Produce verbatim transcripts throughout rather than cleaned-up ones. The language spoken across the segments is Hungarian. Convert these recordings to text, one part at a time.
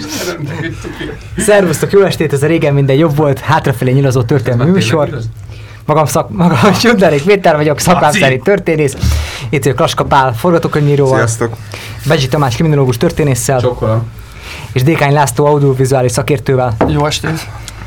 Szervusztok, jó estét, ez a Régen minden jobb volt, hátrafelé nyilazó történelmi műsor. Magam, szak, magam Sünderék Péter vagyok, szakmámszerű történész. Itt vagyok Klaska Pál forgatókönyvíróval. Sziasztok. Begyi Tamás kriminológus történésszel. Csokkolom. És Dékány László audiovizuális szakértővel. Jó estét.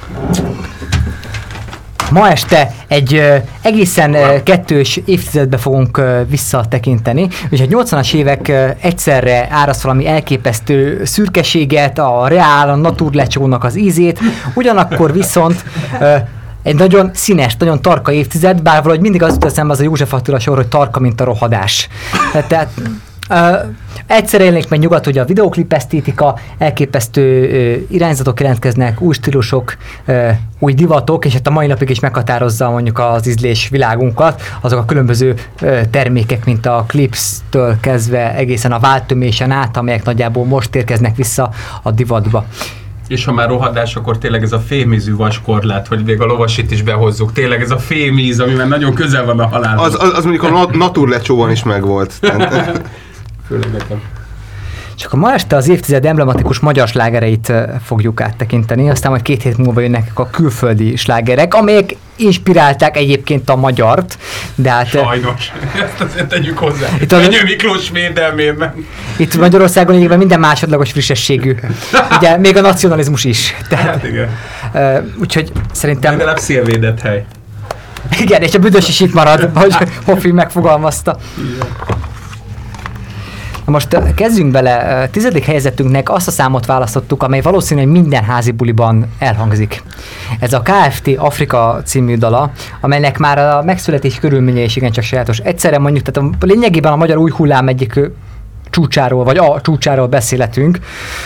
Ma este egy uh, egészen uh, kettős évtizedbe fogunk uh, visszatekinteni, és a nyolcvanas évek uh, egyszerre áraszt valami elképesztő szürkeséget, a reál, a naturlecsónak az ízét, ugyanakkor viszont uh, egy nagyon színes, nagyon tarka évtized, bár valahogy mindig az jut eszembe az a József Attila sor, hogy tarka, mint a rohadás. Tehát Uh, egyszer élnék meg nyugat, hogy a videóklip esztétika, elképesztő uh, irányzatok jelentkeznek, új stílusok, uh, új divatok, és hát a mai napig is meghatározza mondjuk az ízlés világunkat, azok a különböző uh, termékek, mint a Clips-től kezdve egészen a váltömésen át, amelyek nagyjából most érkeznek vissza a divatba. És ha már rohadás, akkor tényleg ez a fémízű vaskorlát, hogy még a lovasit is behozzuk. Tényleg ez a fémíz, ami már nagyon közel van a halálhoz. Az, az, az mondjuk a naturlecsóban is megvolt. Főleg nekem. Csak a ma este az évtized emblematikus magyar slágereit fogjuk áttekinteni, aztán majd két hét múlva jönnek a külföldi slágerek, amelyek inspirálták egyébként a magyart, de hát... Sajnos, ezt azért tegyük hozzá. Itt a Fenyő Miklós védelmében. Itt Magyarországon egyébként minden másodlagos frissességű. Ugye még a nacionalizmus is. Tehát, hát igen. Uh, úgyhogy szerintem... Legalább szélvédett hely. Igen, és a büdös is itt marad, ahogy Hoffi megfogalmazta. Igen. Na most kezdjünk bele. Tizedik helyezettünknek azt a számot választottuk, amely valószínűleg minden házi buliban elhangzik. Ez a ká ef té Afrika című dala, amelynek már a megszületési körülménye is igencsak sajátos. Egyszerre mondjuk, tehát a, lényegében a magyar új hullám egyik csúcsáról, vagy a csúcsáról beszélhetünk,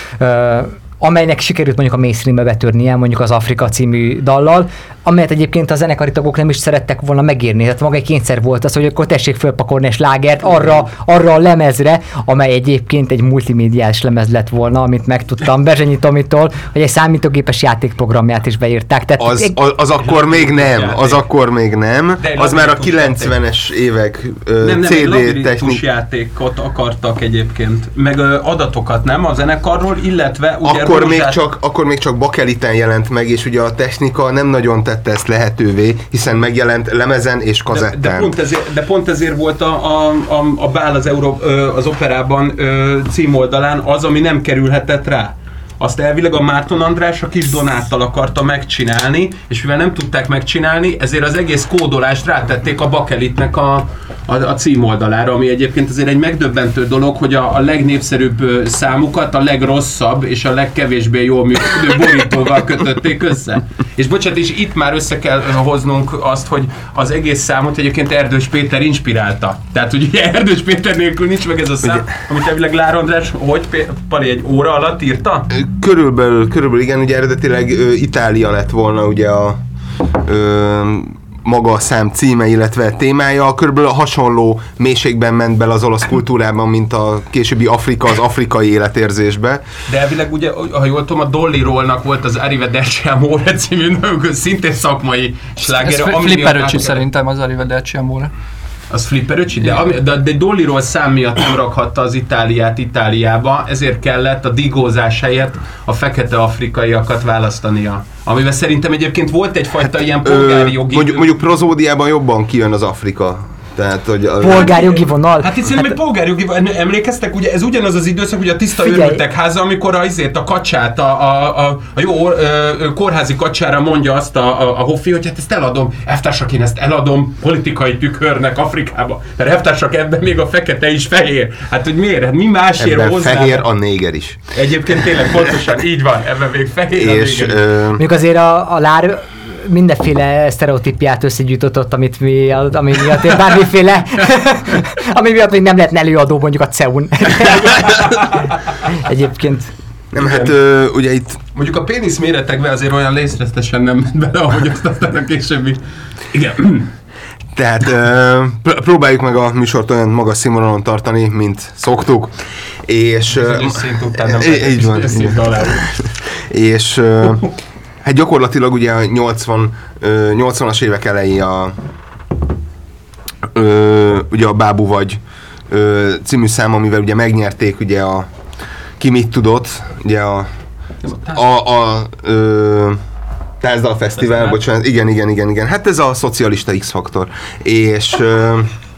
amelynek sikerült mondjuk a mainstreambe betörnie, mondjuk az Afrika című dallal, amelyet egyébként a zenekari tagok nem is szerettek volna megírni. Tehát maga egy kényszer volt az, hogy akkor tessék fölpakolni egy slágert arra, arra a lemezre, amely egyébként egy multimédiás lemez lett volna, amit megtudtam Berzsenyi Tomitól, hogy egy számítógépes játékprogramját is beírták. Tehát az, egy... az, az akkor még nem, az akkor még nem. Az már a kilencvenes évek uh, nem, nem, cé dé technik... játékot akartak egyébként, meg uh, adatokat, nem? A zenekarról, illetve ugye akkor még, csak, akkor még csak bakeliten jelent meg, és ugye a technika nem nagyon tette ezt lehetővé, hiszen megjelent lemezen és kazettán. De, de, pont, ezért, de pont ezért volt a, a, a, a Bál az, Euró, az operában címoldalán az, ami nem kerülhetett rá. Azt elvileg a Márton András a Kis Donáttal akarta megcsinálni, és mivel nem tudták megcsinálni, ezért az egész kódolást rátették a bakelitnek a, a, a címoldalára, ami egyébként azért egy megdöbbentő dolog, hogy a, a legnépszerűbb számukat a legrosszabb és a legkevésbé jól működő borítóval kötötték össze. És bocsánat, és itt már össze kell hoznunk azt, hogy az egész számot egyébként Erdős Péter inspirálta. Tehát ugye Erdős Péter nélkül nincs meg ez a szám, ugye, amit elvileg Lár András, hogy Pali egy óra alatt írta? Körülbelül, körülbelül igen, ugye eredetileg ö, Itália lett volna ugye a ö, maga a szám címe, illetve témája. Körülbelül a hasonló mélységben ment bele az olasz kultúrában, mint a későbbi Afrika az afrikai életérzésbe. De elvileg ugye, ha jól tudom, a Dolly Rollnak volt az Arrivederci Amore című, szintén szakmai sláger. Ez Flipperöcsi szerintem az Arrivederci Amore. Az Flipperöcsi, de, de, de Dollyról szám miatt nem rakhatta az Itáliát Itáliába, ezért kellett a digózás helyett a fekete afrikaiakat választania. Amivel szerintem egyébként volt egyfajta hát, ilyen polgári jogi... Mondjuk, mondjuk prozódiában jobban kijön az Afrika. Tehát, hogy a... Polgárjogi vonal. Hát itt szerintem hát, egy polgárjogi vonal. Emlékeztek, ugye ez ugyanaz az időszak, ugye a tiszta őrültek háza, amikor a, azért a kacsát, a, a, a, a jó ö, kórházi kacsára mondja azt a, a, a Hoffi, hogy hát ezt eladom, elvtársak, én ezt eladom politikai tükörnek Afrikába. Mert elvtársak, ebben még a fekete is fehér. Hát hogy miért? Hát mi másért hozzá? Fehér a néger is. Egyébként tényleg pontosan így van, ebben még fehér és, a néger. Ö... Mondjuk azért a, a Lár mindenféle sztereotípiát összegyűjtötött, amit mi, ami miatt bármiféle, ami miatt még nem lehetne előadó mondjuk a cé e u-n. Egyébként. Nem, hát ö, ugye itt... Mondjuk a pénisz méretekben azért olyan létszereztesen nem ment bele, ahogy azt aztán a későbbi. Igen. Tehát ö, pr- próbáljuk meg a műsort olyan magas színvonalon tartani, mint szoktuk. És... Ez összint után nem így, így van. És... Ö, hát gyakorlatilag ugye a nyolcvan, nyolcvanas évek elején a, ö, ugye a Bábú vagy ö, című szám, amivel ugye megnyerték ugye a Ki mit tudott, ugye a A, a ö, Tánzdal Fesztivál, bocsánat, igen, igen, igen, igen. Hát ez a szocialista X-faktor. És... Ö,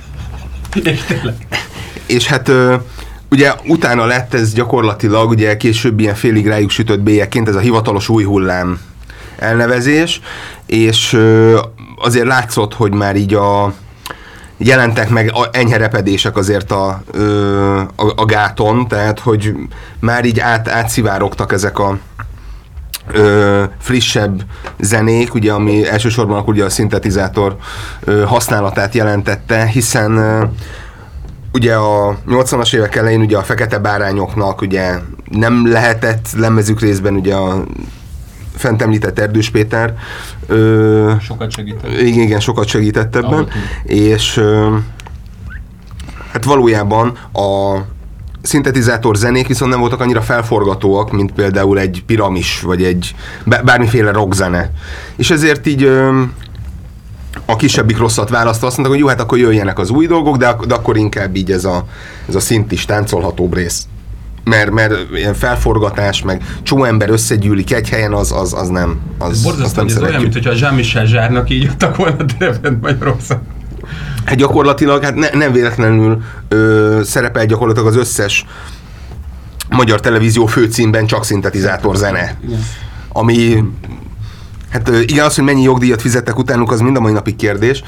és hát... Ö, ugye utána lett ez gyakorlatilag, ugye később ilyen félig rájuk sütött bélyegként ez a hivatalos új hullám elnevezés, és ö, azért látszott, hogy már így a jelentek meg a enyhe repedések azért a, ö, a, a gáton, tehát hogy már így át, átszivárogtak ezek a ö, frissebb zenék, ugye, ami elsősorban akkor ugye a szintetizátor ö, használatát jelentette, hiszen ö, ugye a nyolcvanas évek elején ugye a Fekete Bárányoknak ugye nem lehetett lemezük részben ugye a fent említett Erdős Péter ö, sokat segített. Igen, igen, sokat segített ebben. Ahol és ö, hát valójában a szintetizátor zenék viszont nem voltak annyira felforgatóak, mint például egy Piramis, vagy egy bármiféle rockzene. És ezért így ö, a kisebbik rosszat választva azt mondták, hogy jó, hát akkor jöjjenek az új dolgok, de, de akkor inkább így ez a, ez a szintis, táncolhatóbb rész. Mert, mert ilyen felforgatás, meg csomó ember összegyűlik egy helyen, az, az, az nem. Az, borzasztó, ez olyan, mint hogyha a Jean-Michel Zsárnak így jöttek volna Debrecen Magyarországon. Hát gyakorlatilag, hát ne, nem véletlenül ö, szerepel gyakorlatilag az összes magyar televízió főcímben csak szintetizátor zene. Igen. Ami... Hát igen, az, hogy mennyi jogdíjat fizettek utánuk, az mind a mai napig kérdés.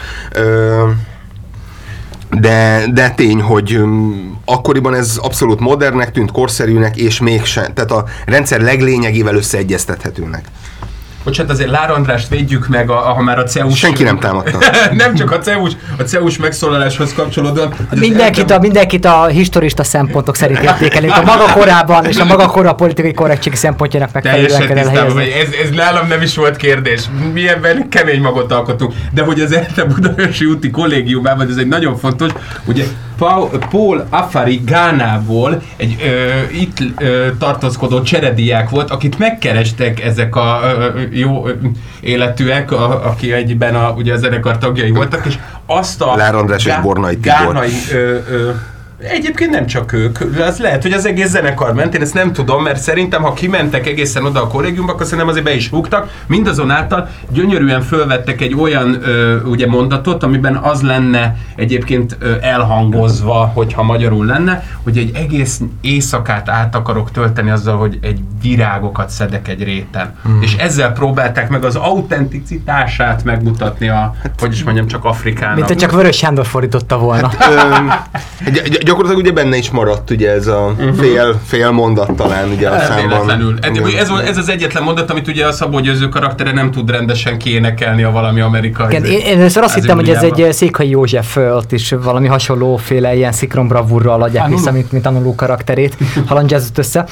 De, de tény, hogy akkoriban ez abszolút modernnek tűnt, korszerűnek, és mégsem. Tehát a rendszer leglényegével összeegyeztethetőnek. Bocsánat, azért Lár Andrást védjük meg, a, ha már a cé e u-s... Senki nem támadta. Nem csak a cé e u-s, a cé e u-s megszólaláshoz kapcsolódóan. Mindenkit a, mindenkit a historista szempontok szerint értékelünk. A maga korában és a maga kora politikai korrektség szempontjának megfelelően kell elhelyezni. Ez, ez nálam nem is volt kérdés. Mi ebben kemény magot alkotunk. De hogy az ELTE Budaörsi úti kollégiumában, ez egy nagyon fontos, ugye Paul Afari Gánából egy ö, itt ö, tartózkodó cserediák volt, akit megkerestek ezek a ö, jó ö, életűek, a, aki egyben a, ugye a zenekar tagjai voltak, és azt a Lár András és Bornai Gánai ö, ö, egyébként nem csak ők, az lehet, hogy az egész zenekar ment, én ezt nem tudom, mert szerintem, ha kimentek egészen oda a kollégiumba, akkor szerintem azért be is rúgtak. Mindazonáltal gyönyörűen fölvettek egy olyan ö, ugye mondatot, amiben az lenne egyébként ö, elhangozva, hogyha magyarul lenne, hogy egy egész éjszakát át akarok tölteni azzal, hogy egy virágokat szedek egy réten. Hmm. És ezzel próbálták meg az autenticitását megmutatni a, hát, hogy is mondjam, csak Afrikának. Mint hogy csak Vörös Sándor fordította volna. Hát, ö, gy- gyakorlatilag ugye benne is maradt ugye ez a uh-huh. fél, fél mondat talán ugye a számban. Ez, ez az egyetlen mondat, amit ugye a Szabó Győző karaktere nem tud rendesen kiénekelni a valami amerikai. Igen, én, én először azt hittem, hogy ez egy Székhelyi József, ott is valami hasonlóféle ilyen szikron bravúrral adják vissza, mint, mint Anuló karakterét, halandzsázott össze.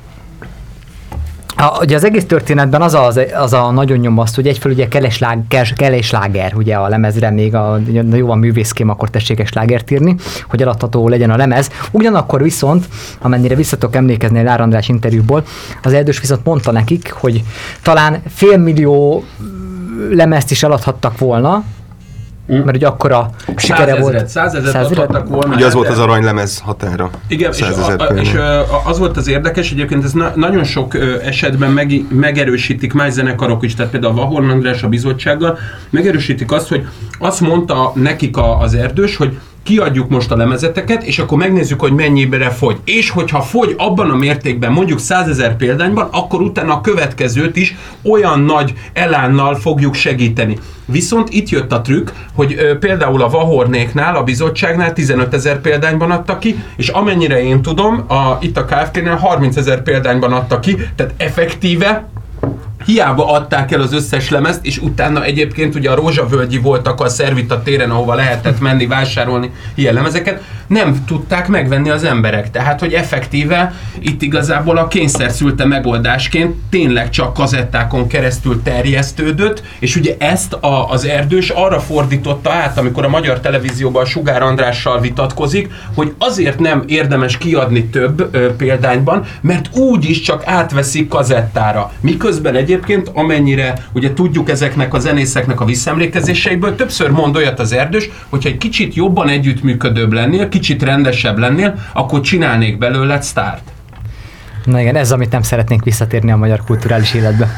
A, ugye az egész történetben az a, az a nagyon nyomaszt, hogy egyfelől ugye kell sláger, ugye a lemezre még a, jó van művészkém, akkor tessék egy slágert írni, hogy eladható legyen a lemez. Ugyanakkor viszont, amennyire visszatok emlékezni a Lár András interjúból, az Erdős viszont mondta nekik, hogy talán félmillió lemezt is eladhattak volna, mert ugye akkora sikere volt. Százezret adtak volna. Ugye az volt az aranylemez határa. Igen, és, a, a, és az volt az érdekes, egyébként ez na, nagyon sok esetben meg, megerősítik más zenekarok is, tehát például a Vahorn András a Bizottsággal, megerősítik azt, hogy azt mondta nekik a, az Erdős, hogy kiadjuk most a lemezeteket, és akkor megnézzük, hogy mennyire fogy. És hogyha fogy abban a mértékben, mondjuk százezer példányban, akkor utána a következőt is olyan nagy elánnal fogjuk segíteni. Viszont itt jött a trükk, hogy ö, például a Vahornéknál, a Bizottságnál tizenötezer példányban adta ki, és amennyire én tudom, a, itt a Kft-nél harmincezer példányban adta ki, tehát effektíve hiába adták el az összes lemezt, és utána egyébként ugye a Rózsavölgyi voltak a Szervita téren, ahova lehetett menni vásárolni ilyen lemezeket, nem tudták megvenni az emberek. Tehát, hogy effektíve itt igazából a kényszer szülte megoldásként tényleg csak kazettákon keresztül terjesztődött, és ugye ezt a, az Erdős arra fordította át, amikor a magyar televízióban a Sugár Andrással vitatkozik, hogy azért nem érdemes kiadni több ö, példányban, mert úgyis csak átveszik kazettára. Miközben egyébként, amennyire ugye tudjuk ezeknek a zenészeknek a visszaemlékezéseiből, többször mond olyat az Erdős, hogyha egy kicsit jobban együttműködőbb lennél, kicsit rendesebb lennél, akkor csinálnék belőled sztárt. Na igen, ez amit nem szeretnénk visszatérni a magyar kulturális életbe.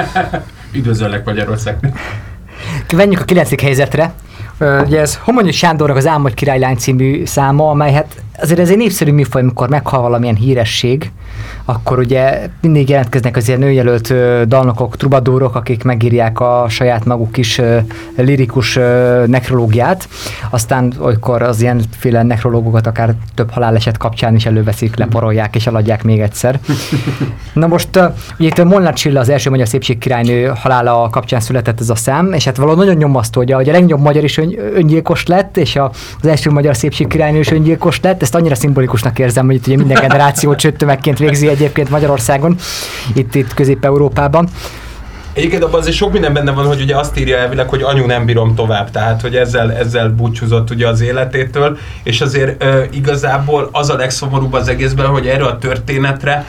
Üdvözöllek Magyarország. Venjük a kilencedik helyzetre. Ugye ez Homonyi Sándornak az Álmodj királylány című száma, amely hát azért ez egy népszerű műfaj, amikor meghal valamilyen híresség, akkor ugye mindig jelentkeznek az ilyen nőjelölt dalnokok, trubadúrok, akik megírják a saját maguk kis lirikus nekrológiát, aztán olykor az ilyenféle nekrológokat akár több haláleset kapcsán is előveszik, leporolják és eladják még egyszer. Na most ugye itt Molnár Csilla, az első magyar szépségkirálynő halála kapcsán született ez a szám, és hát valahol nagyon nyomasztó, hogy a legnagyobb magyar is ön, öngyilkos lett, és a, az első magyar szépségkirálynő is öngyilkos lett. Ezt annyira szimbolikusnak érzem, hogy itt ugye minden generáció csőttömegként végzi egyébként Magyarországon, itt, itt Közép-Európában. Egyébként abban azért sok minden benne van, hogy ugye azt írja elvileg, hogy anyu nem bírom tovább, tehát hogy ezzel, ezzel búcsúzott ugye az életétől, és azért e, igazából az a legszomorúbb az egészben, hogy erre a történetre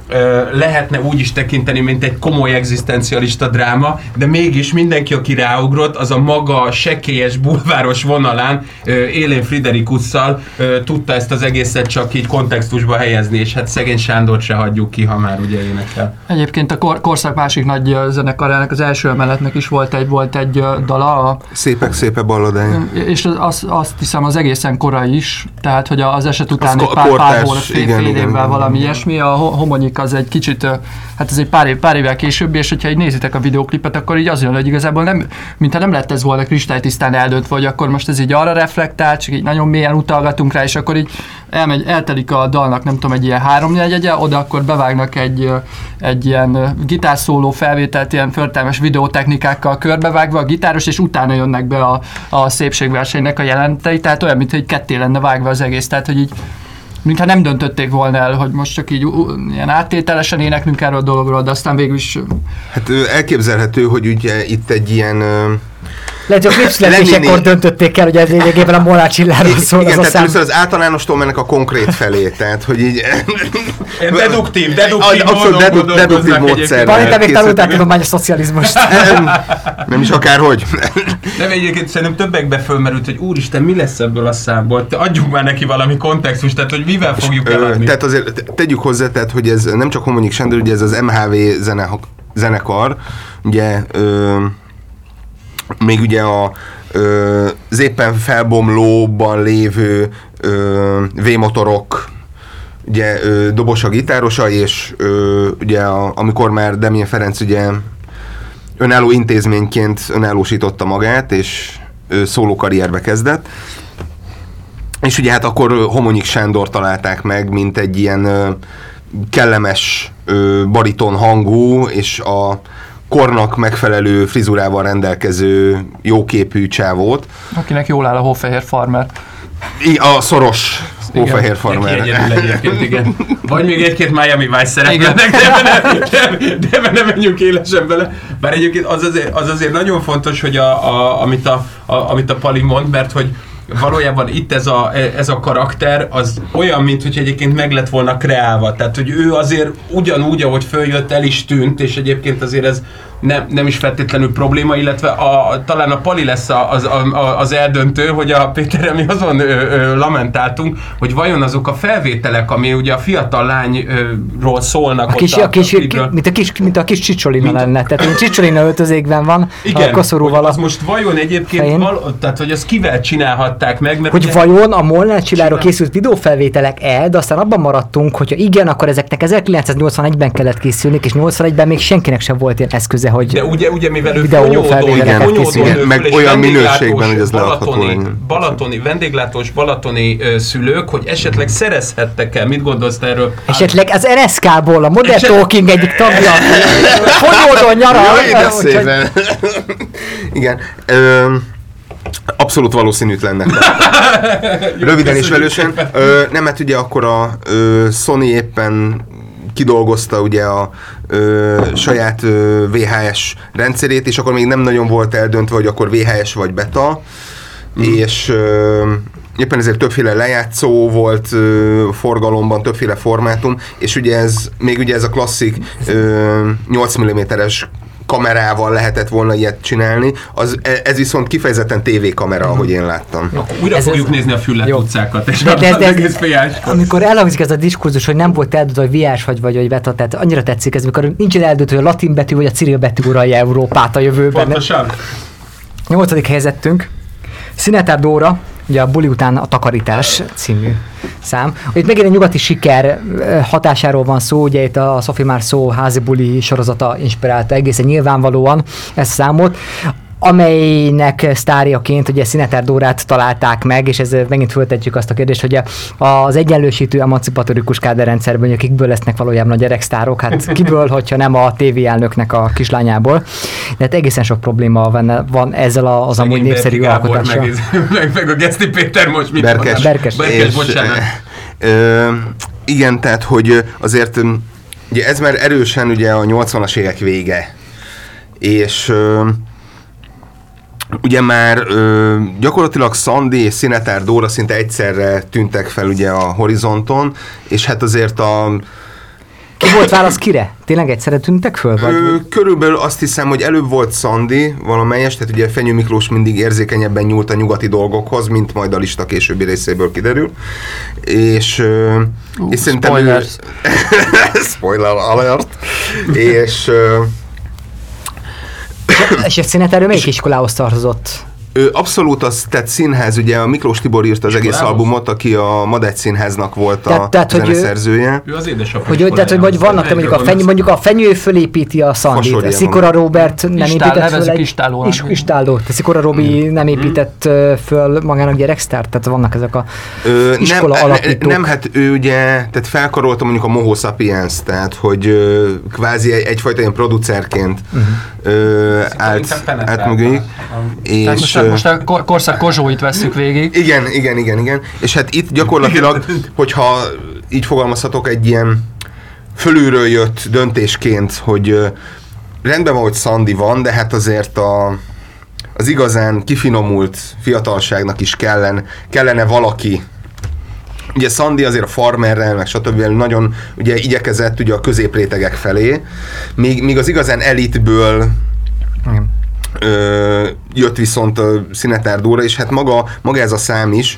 lehetne úgy is tekinteni, mint egy komoly egzisztencialista dráma, de mégis mindenki, aki ráugrott, az a maga sekélyes bulváros vonalán Élén Friderikusszal tudta ezt az egészet csak így kontextusba helyezni, és hát szegény Sándort se hagyjuk ki, ha már ugye énekel. Egyébként a kor- korszak másik nagy zenekarának, az első emeletnek is volt egy, volt egy dala. A, Szépek szépe balladája. És az, azt hiszem az egészen korai is, tehát hogy az eset után az egy pár, kortárs, pár hónap, fél, igen, fél igen, évvel igen. valami ilyesmi, a Homonyik az egy kicsit, hát ez egy pár, év, pár évvel később, és hogyha így nézitek a videóklipet, akkor így az jön, hogy igazából nem, mintha nem lett ez volna kristálytisztán eldöntve, hogy akkor most ez így arra reflektál, csak így nagyon mélyen utalgatunk rá, és akkor így elmegy, eltelik a dalnak, nem tudom, egy ilyen háromnegyedje, oda akkor bevágnak egy, egy ilyen gitárszóló felvételt, ilyen förtelmes videótechnikákkal körbevágva a gitáros, és utána jönnek be a, a szépségversenynek a jelentei, tehát olyan, mintha egy ketté lenne vágva az egész, tehát hogy így mintha nem döntötték volna el, hogy most csak így uh, ilyen áttételesen éneklünk erről a dologról, de aztán végül is... Hát elképzelhető, hogy ugye itt egy ilyen... Lehet, hogy a klipszületésekor döntötték el, hogy ez lényegében a Molnár Csilláról szól. Igen, az tehát a szám. az általánostól mennek a konkrét felé, tehát hogy így... Deduktív, deduktív Abszolút dedu- deduktív módszer. Valami még tanultál tudományos szocializmust. Nem is akárhogy. Nem, egyébként szerintem többekbe fölmerült, hogy úristen, mi lesz ebből a számból? Te adjuk már neki valami kontextust, tehát hogy mivel fogjuk eladni. Tehát azért tegyük hozzá, tehát, hogy ez nem csak Homonyik Sándor, ugye ez az em há vé zene, zenekar, ugye ö, még ugye a, ö, az éppen felbomlóban lévő ö, V-motorok, ugye ö, dobosa, gitárosa, és ö, ugye a, amikor már Demjén Ferenc ugye önálló intézményként önállósította magát, és ö, szóló karrierbe kezdett. És ugye hát akkor Homonyik Sándor találták meg, mint egy ilyen ö, kellemes ö, bariton hangú, és a kornak megfelelő frizurával rendelkező jóképű csávót. Akinek jól áll a Hófehér Farmer. I, a szoros Hófehér Farmer. Egyébként, igen. Vagy még egy-két Miami Vice szerepelnek, de, de, de, de nem menjünk élesen bele. Bár egyébként az azért, az azért nagyon fontos, hogy a, a, amit, a, a, amit a Pali mond, mert hogy valójában itt ez a, ez a karakter az olyan, mint hogy egyébként meg lett volna kreálva. Tehát, hogy ő azért ugyanúgy, ahogy följött, el is tűnt, és egyébként azért ez nem, nem is feltétlenül probléma, illetve a, talán a Pali lesz az, a, az eldöntő, hogy a Péterrel mi azon ö, ö, lamentáltunk, hogy vajon azok a felvételek, ami ugye a fiatal lányról szólnak. A kis, ott a kis, a, ki, mint, a kis, mint a kis Csicsolina mint, lenne, tehát egy Csicsolina öltözékben van, igen, a koszorúval. Az most vajon egyébként, val, tehát hogy azt kivel csinálhatták meg? Mert hogy ugye, vajon a Molnár Csilláról készült videófelvételek-e, de aztán abban maradtunk, hogyha igen, akkor ezeknek ezerkilencszáznyolcvanegyben kellett készülni, és nyolcvanegyben még senkinek sem volt ilyen eszköze, hogy de ugye, ugye mivel ő videó felvételeket készülnek, meg olyan minőségben, hogy ez leadható legyen. Balatoni, vendéglátós balatoni ö, szülők, hogy esetleg szerezhettek el, mit gondolsz erről? Esetleg az en es ká-ból a Modern Eset... Talking egyik tagja Fonyódon nyaral. Jaj, igen. Ö, abszolút valószínűtlennek. Röviden és velősen. Ö, nem, hát ugye akkor a ö, Sony éppen kidolgozta ugye a ö, saját ö, vé há es rendszerét, és akkor még nem nagyon volt eldöntve, hogy akkor vé há es vagy beta, mm. és ö, éppen ezért többféle lejátszó volt ö, forgalomban, többféle formátum, és ugye ez, még ugye ez a klasszik ö, nyolc milliméteres kamerával lehetett volna ilyet csinálni, az, ez viszont kifejezetten tévékamera, ahogy én láttam. Akkor újra ez fogjuk ez nézni a Füllet jó. utcákat, és de, de, de, az egész fiáskot. Amikor elhangzik ez a diskurzus, hogy nem volt eldöntő, hogy viás vagy, vagy, vagy beta, tehát annyira tetszik ez, amikor nincsen eldöntő, hogy a latin betű vagy a Cyril betű uralja Európát a jövőben. Pontosan. Nyolcadik helyezettünk. Szinetár Dóra, ugye a Buli után a takarítás című szám. Itt megint egy nyugati siker hatásáról van szó, ugye itt a Sophie Marceau házi buli sorozata inspirálta egészen nyilvánvalóan ezt a számot, amelynek sztárjaként ugye Szinetár Dórát találták meg, és ez megint föltetjük azt a kérdést, hogy az egyenlősítő emancipatorikus káderrendszerben, hogy kikből lesznek valójában a gyereksztárok, hát kiből, hogyha nem a tévéelnöknek a kislányából. De hát egészen sok probléma van, van ezzel az amúgy népszerű alkotással. Meg, meg, meg a Geszti Péter most mit Berkes. Berkes. Berkes, és, bocsánat. Ö, ö, igen, tehát, hogy azért ugye ez már erősen ugye a nyolcvanas évek vége, és ö, ugye már ö, gyakorlatilag Szandi és Szinetár Dóra szinte egyszerre tűntek fel ugye a horizonton, és hát azért a... Ki volt válasz kire? Tényleg egyszerre tűntek föl? Vagy? Ö, körülbelül azt hiszem, hogy előbb volt Szandi valamelyes, tehát ugye Fenyő Miklós mindig érzékenyebben nyúlt a nyugati dolgokhoz, mint majd a lista későbbi részéből kiderül. És, ö, uh, és szerintem... Spoilers. Ő, spoiler alert. és... Ö, És a Szinetár melyik iskolához tartozott? Ő abszolút az, tehát színház, ugye a Miklós Tibor írta az egész albumot, aki a Madács Színháznak volt a tehát, tehát, zeneszerzője. Ő az édesapja. Hogy, tehát, hogy vagy vannak, mondjuk a, fenyő, mondjuk a Fenyő fölépíti a Szandit, a Szikora Robert nem Istál, épített föl egy... Istálló. Is, Istálló. A Szikora Robi mm. nem épített mm. föl magának gyereksztárt? Tehát vannak ezek a ö, iskola nem, alapítók. Nem, hát ő ugye, tehát felkarolta mondjuk a Moho Sapiens, tehát hogy ö, kvázi egy, egyfajta ilyen producerként uh-huh. ö, állt, állt mögéig. És most, most a korszak Kozsóit vesszük végig. Igen, igen, igen, igen. És hát itt gyakorlatilag, hogyha így fogalmazhatok, egy ilyen fölülről jött döntésként, hogy ö, rendben van, hogy Szandi van, de hát azért a, az igazán kifinomult fiatalságnak is kellen, kellene valaki. Ugye Szandi azért a farmerrel, meg stb. Nagyon ugye igyekezett ugye a középrétegek felé, míg, míg az igazán elitből ö, jött viszont a Szinetár Dóra, és hát maga, maga ez a szám is,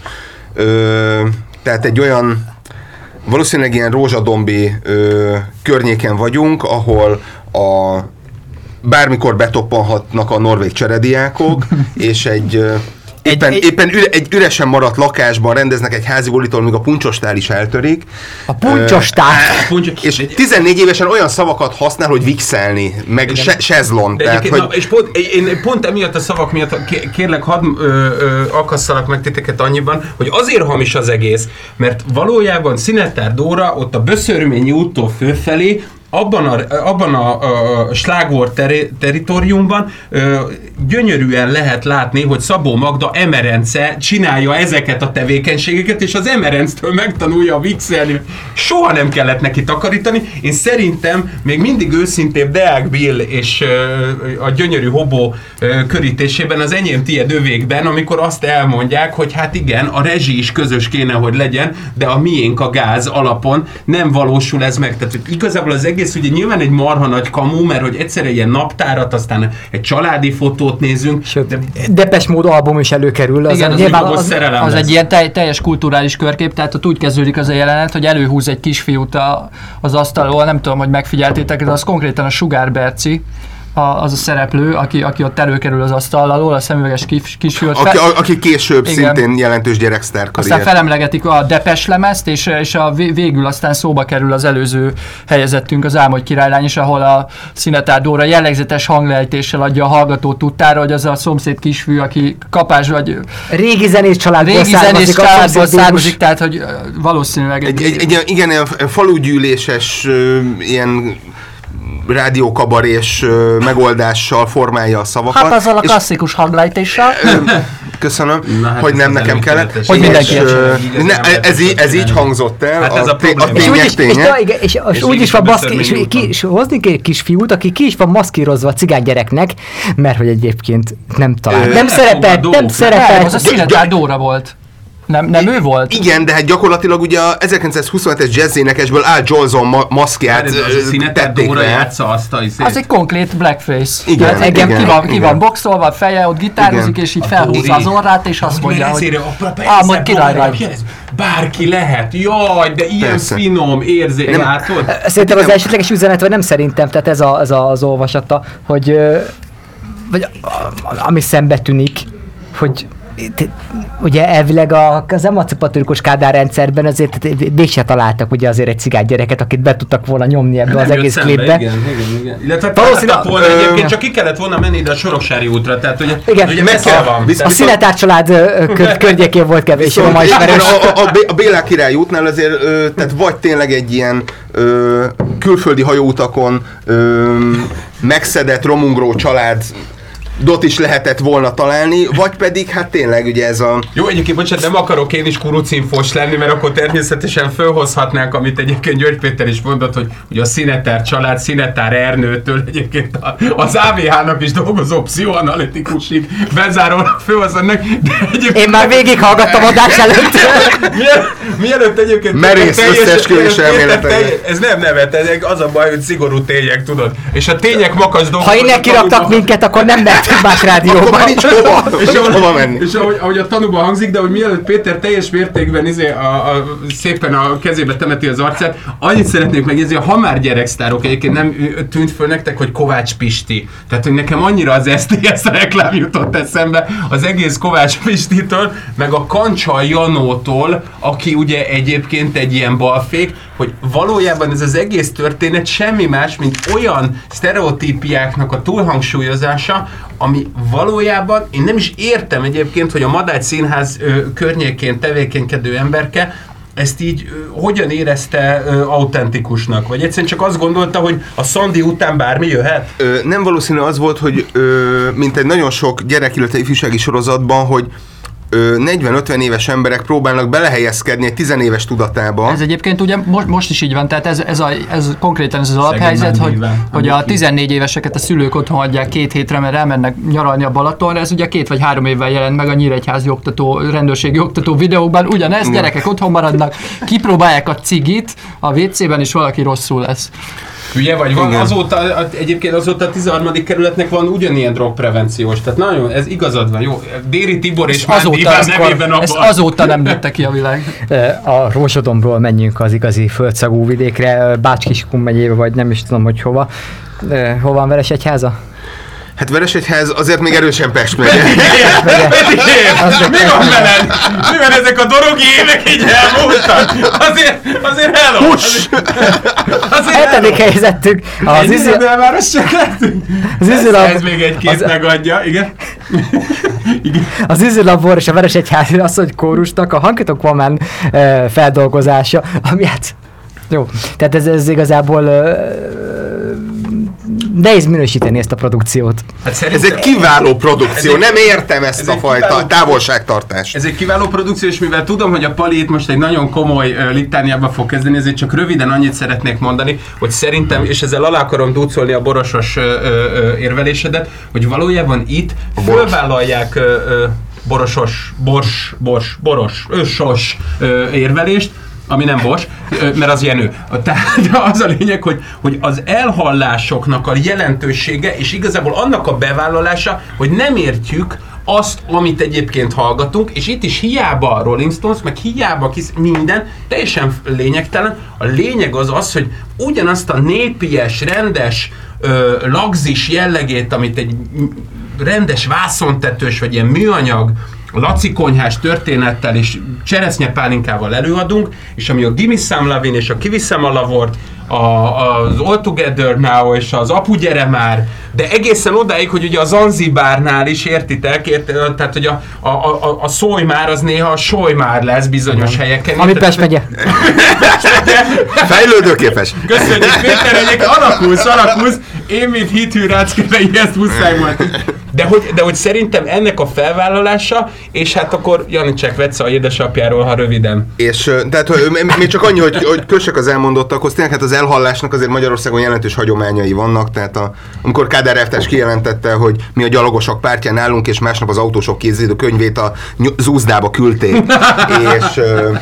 ö, tehát egy olyan valószínűleg ilyen rózsadombi ö, környéken vagyunk, ahol a bármikor betoppanhatnak a norvég cserediákok, és egy ö, éppen, egy, éppen üre, egy üresen maradt lakásban rendeznek egy házi bulitól, míg a puncsostál is eltörik. A puncsostál! Ö, és tizennégy évesen olyan szavakat használ, hogy vixelni, meg se, sezlon. Tehát, hogy... na, és pont, én pont emiatt a szavak miatt kérlek, hadd ö, ö, akasszalak meg titeket annyiban, hogy azért hamis az egész, mert valójában Szinetár Dóra ott a Böszörményi úttól fölfelé abban a, abban a, a slágvor teri, teritoriumban ö, gyönyörűen lehet látni, hogy Szabó Magda Emerence csinálja ezeket a tevékenységeket, és az Emerenctől megtanulja a viccelni. Soha nem kellett neki takarítani. Én szerintem még mindig őszintébb Deák Bill és ö, a gyönyörű hobó ö, körítésében, az Enyém tiéd övékben, amikor azt elmondják, hogy hát igen, a rezsi is közös kéne, hogy legyen, de a miénk a gáz alapon nem valósul ez meg. Tehát igazából az egész ugye nyilván egy marha nagy kamu, mert hogy egyszer egy ilyen naptárat, aztán egy családi fotót nézünk. Sőt, de... Depes Mód album is előkerül. Az, igen, az, nyilván, az, az, az egy ilyen tej, teljes kulturális körkép, tehát ott úgy kezdődik az a jelenet, hogy előhúz egy kisfiút a, az asztalról, nem tudom, hogy megfigyeltétek, de az konkrétan a Sugár Berci, a, az a szereplő, aki, aki ott előkerül az asztal alól, a szemüveges kis, kisfiút. Aki, a, aki később igen. szintén jelentős gyereksztár karrier. Aztán felemlegetik a Depes lemezt, és, és a végül aztán szóba kerül az előző helyezettünk, az Álmodj királylány is, ahol a Szinetár Dóra jellegzetes hanglejtéssel adja a hallgató tudtára, hogy az a szomszéd kisfiú, aki kapás vagy... Régi zenés családból régi zenés családból származik, tehát hogy valószínűleg... Egy, egy, egy, egy igen, falugyűléses ilyen rádiókabarés uh, megoldással formálja a szavakat. Hát azzal a klasszikus hanglejtéssel. Köszönöm, na, hát hogy nem nekem kellett. Hogy mindenki uh, ne, ez, így, ez így hangzott el, hát a, a, a tények tények. És, és, és, és úgy is van maszki, és, ki, és hozni egy kisfiút, aki ki is van maszkírozva a cigány gyereknek, mert hogy egyébként nem talál. Nem szerepelt, nem szerepelt. Az a Szinetár Dóra volt. Nem, nem ő volt? Igen, de hát gyakorlatilag ugye a ezerkilencszázhuszonhetes jazz-énekesből Al Jolson ma- maszkját tették Dóra be. játsza azt a izét. Az egy konkrét blackface. Igen, Tehát engem igen, ki van, ki igen. van boxolva, a feje, ott gitározik, Igen. és így A felhúzza Dóri. az orrát, és azt mondja, hogy ah, majd király vagy. Bárki lehet, jaj, de ilyen Persze. finom, érzi, látod? Szerintem az elsődleges üzenet, vagy nem szerintem, tehát ez, a, ez a, az olvasata, hogy ö, vagy a- a- ami szembe tűnik, hogy t- ugye elvileg a, az emancipatórikus Kádár rendszerben azért mégse találtak ugye azért egy cigány gyereket, akit be tudtak volna nyomni ebbe az Nem egész jött szembe, klipbe. Igen, igen, igen. Illetve Valószínű- találtak volna ö- egyébként, csak ki kellett volna menni ide a Soroksári útra, tehát ugye, Igen. ugye Meg messze kell- van. visz- A Szinetár család ö, kör, környékén volt kevés Viszont roma igen, ismerős. a, a, a, Bé- a Bélák király útnál azért, ö, tehát vagy tényleg egy ilyen ö, külföldi hajóutakon ö, megszedett romungró család dot is lehetett volna találni, vagy pedig hát tényleg ugye ez a... Jó, egyébként bocsánat, nem akarok én is kurucinfos lenni, mert akkor természetesen fölhozhatnánk, amit egyébként György Péter is mondott, hogy, hogy a Szinetár család, Szinetár Ernőtől egyébként a, az á vé há-nak is dolgozó pszichoanalitikusig bezárólag fölhozhatnak, de egyébként... Én már végighallgattam adás előtt. Mielőtt, mielőtt egyébként... Merész teljes- összeesküvés teljes- elméletek. teljes- Ez nem nevet, ez az a baj, hogy szigorú tények, tudod. És a tények makacs dolgok... Ha innen kiraktak minket, akkor nem mehetünk más Akkor rádióba. már nincs hova, És ahogy, hova menni. és ahogy, ahogy a tanúban hangzik, de hogy mielőtt Péter teljes mértékben izé a, a, szépen a kezébe temeti az arcát, annyit szeretnék megjegyezni, ha már gyereksztárok egyébként nem tűnt föl nektek, hogy Kovács Pisti. Tehát, hogy nekem annyira az es té es reklám jutott eszembe az egész Kovács Pistitől, meg a Kancsal Janótól, aki ugye egyébként egy ilyen balfék, hogy valójában ez az egész történet semmi más, mint olyan sztereotípiáknak a túlhangsúlyozása, ami valójában, én nem is értem egyébként, hogy a Madács Színház ö, környékén tevékenykedő emberke ezt így ö, hogyan érezte ö, autentikusnak, vagy egyszerűen csak azt gondolta, hogy a Szandi után bármi jöhet? Ö, nem valószínű az volt, hogy ö, mint egy nagyon sok gyerek, illetve ifjúsági sorozatban, hogy ö, negyven-ötven éves emberek próbálnak belehelyezkedni egy tizenéves tudatába. Ez egyébként ugye most, most is így van, tehát ez, ez, a, ez konkrétan ez az alaphelyzet, hogy, nyilván. hogy a tizennégy éveseket a szülők otthon hagyják két hétre, mert elmennek nyaralni a Balatonra, ez ugye két vagy három évvel jelent meg a nyíregyházi oktató, rendőrségi oktató videókban, ugyanez, gyerekek otthon maradnak, kipróbálják a cigit a vécében, és valaki rosszul lesz. Ugye, vagy van Igen. azóta, a- egyébként azóta a tizenharmadik kerületnek van ugyanilyen drogprevenciós, tehát nagyon, ez igazad van, jó. Déri Tibor és Mándi Azóta, Iván ezt, nevében kor, ezt abban. azóta nem nőtte ki a világ. A Rózsadombról menjünk az igazi földszagú vidékre, Bács-Kiskun megyébe, vagy nem is tudom, hogy hova. Ö, Hol van Veresegyháza? Hát Veresegyház azért még erősen Pest megye. Mi van veled? Mivel ezek a dorogi évek így elmúltak? Azért, azért hello! Hús! Azért Hetedik helyzettük. Az Egy izé... Izraelváros csak lettünk? Az Ez, izilab- ez még egy két az- megadja, igen. Igen. Az Izilabor és a Veresegyházi asszony kórusnak a Hankitok Woman uh, feldolgozása, ami hát jó, tehát ez, ez igazából uh, nehéz minősíteni ezt a produkciót. Hát Ez szerintem- egy kiváló produkció, Ez egy- nem értem ezt ez a egy fajta kiváló- távolságtartást. Ez egy kiváló produkció, és mivel tudom, hogy a Pali itt most egy nagyon komoly uh, littániába fog kezdeni, ezért csak röviden annyit szeretnék mondani, hogy szerintem, és ezzel alá akarom dúcolni a borosos uh, uh, érvelésedet, hogy valójában itt fölvállalják uh, uh, borosos, bors, bors, boros, ősos uh, érvelést, ami nem Bors, ö, mert az Jenő. Tehát az a lényeg, hogy, hogy az elhallásoknak a jelentősége, és igazából annak a bevállalása, hogy nem értjük azt, amit egyébként hallgatunk, és itt is hiába Rolling Stones, meg hiába kis minden, teljesen lényegtelen. A lényeg az az, hogy ugyanazt a népies, rendes, ö, lagzis jellegét, amit egy rendes vászontetős, vagy ilyen műanyag, Laci konyhás történettel és cseresznyepálinkával előadunk, és ami a Gimme Some Lovin' és a Kiviszem a Lavort, a, az All Together Now és az Apu gyere már, de egészen odáig, hogy ugye a Zanzibárnál is értitek, ért, tehát hogy a, a, a, a Szolymár az néha a Solymár lesz bizonyos helyeken. Ami Pest megye. Fejlődőképes. Köszönjük Péter, egyébként alakulsz, alakulsz, én mint hithű ráckevei ezt muszáj volt. De hogy, de hogy szerintem ennek a felvállalása, és hát akkor Janicsek Vece a édesapjáról, ha röviden. És tehát még csak annyi, hogy, hogy kössek az elmondottakhoz, tényleg hát az elhallásnak azért Magyarországon jelentős hagyományai vannak, tehát a, amikor Kádár elvtárs kijelentette, hogy mi a gyalogosok pártján állunk, és másnap az autósok kézilő-könyvét a zúzdába küldték. és...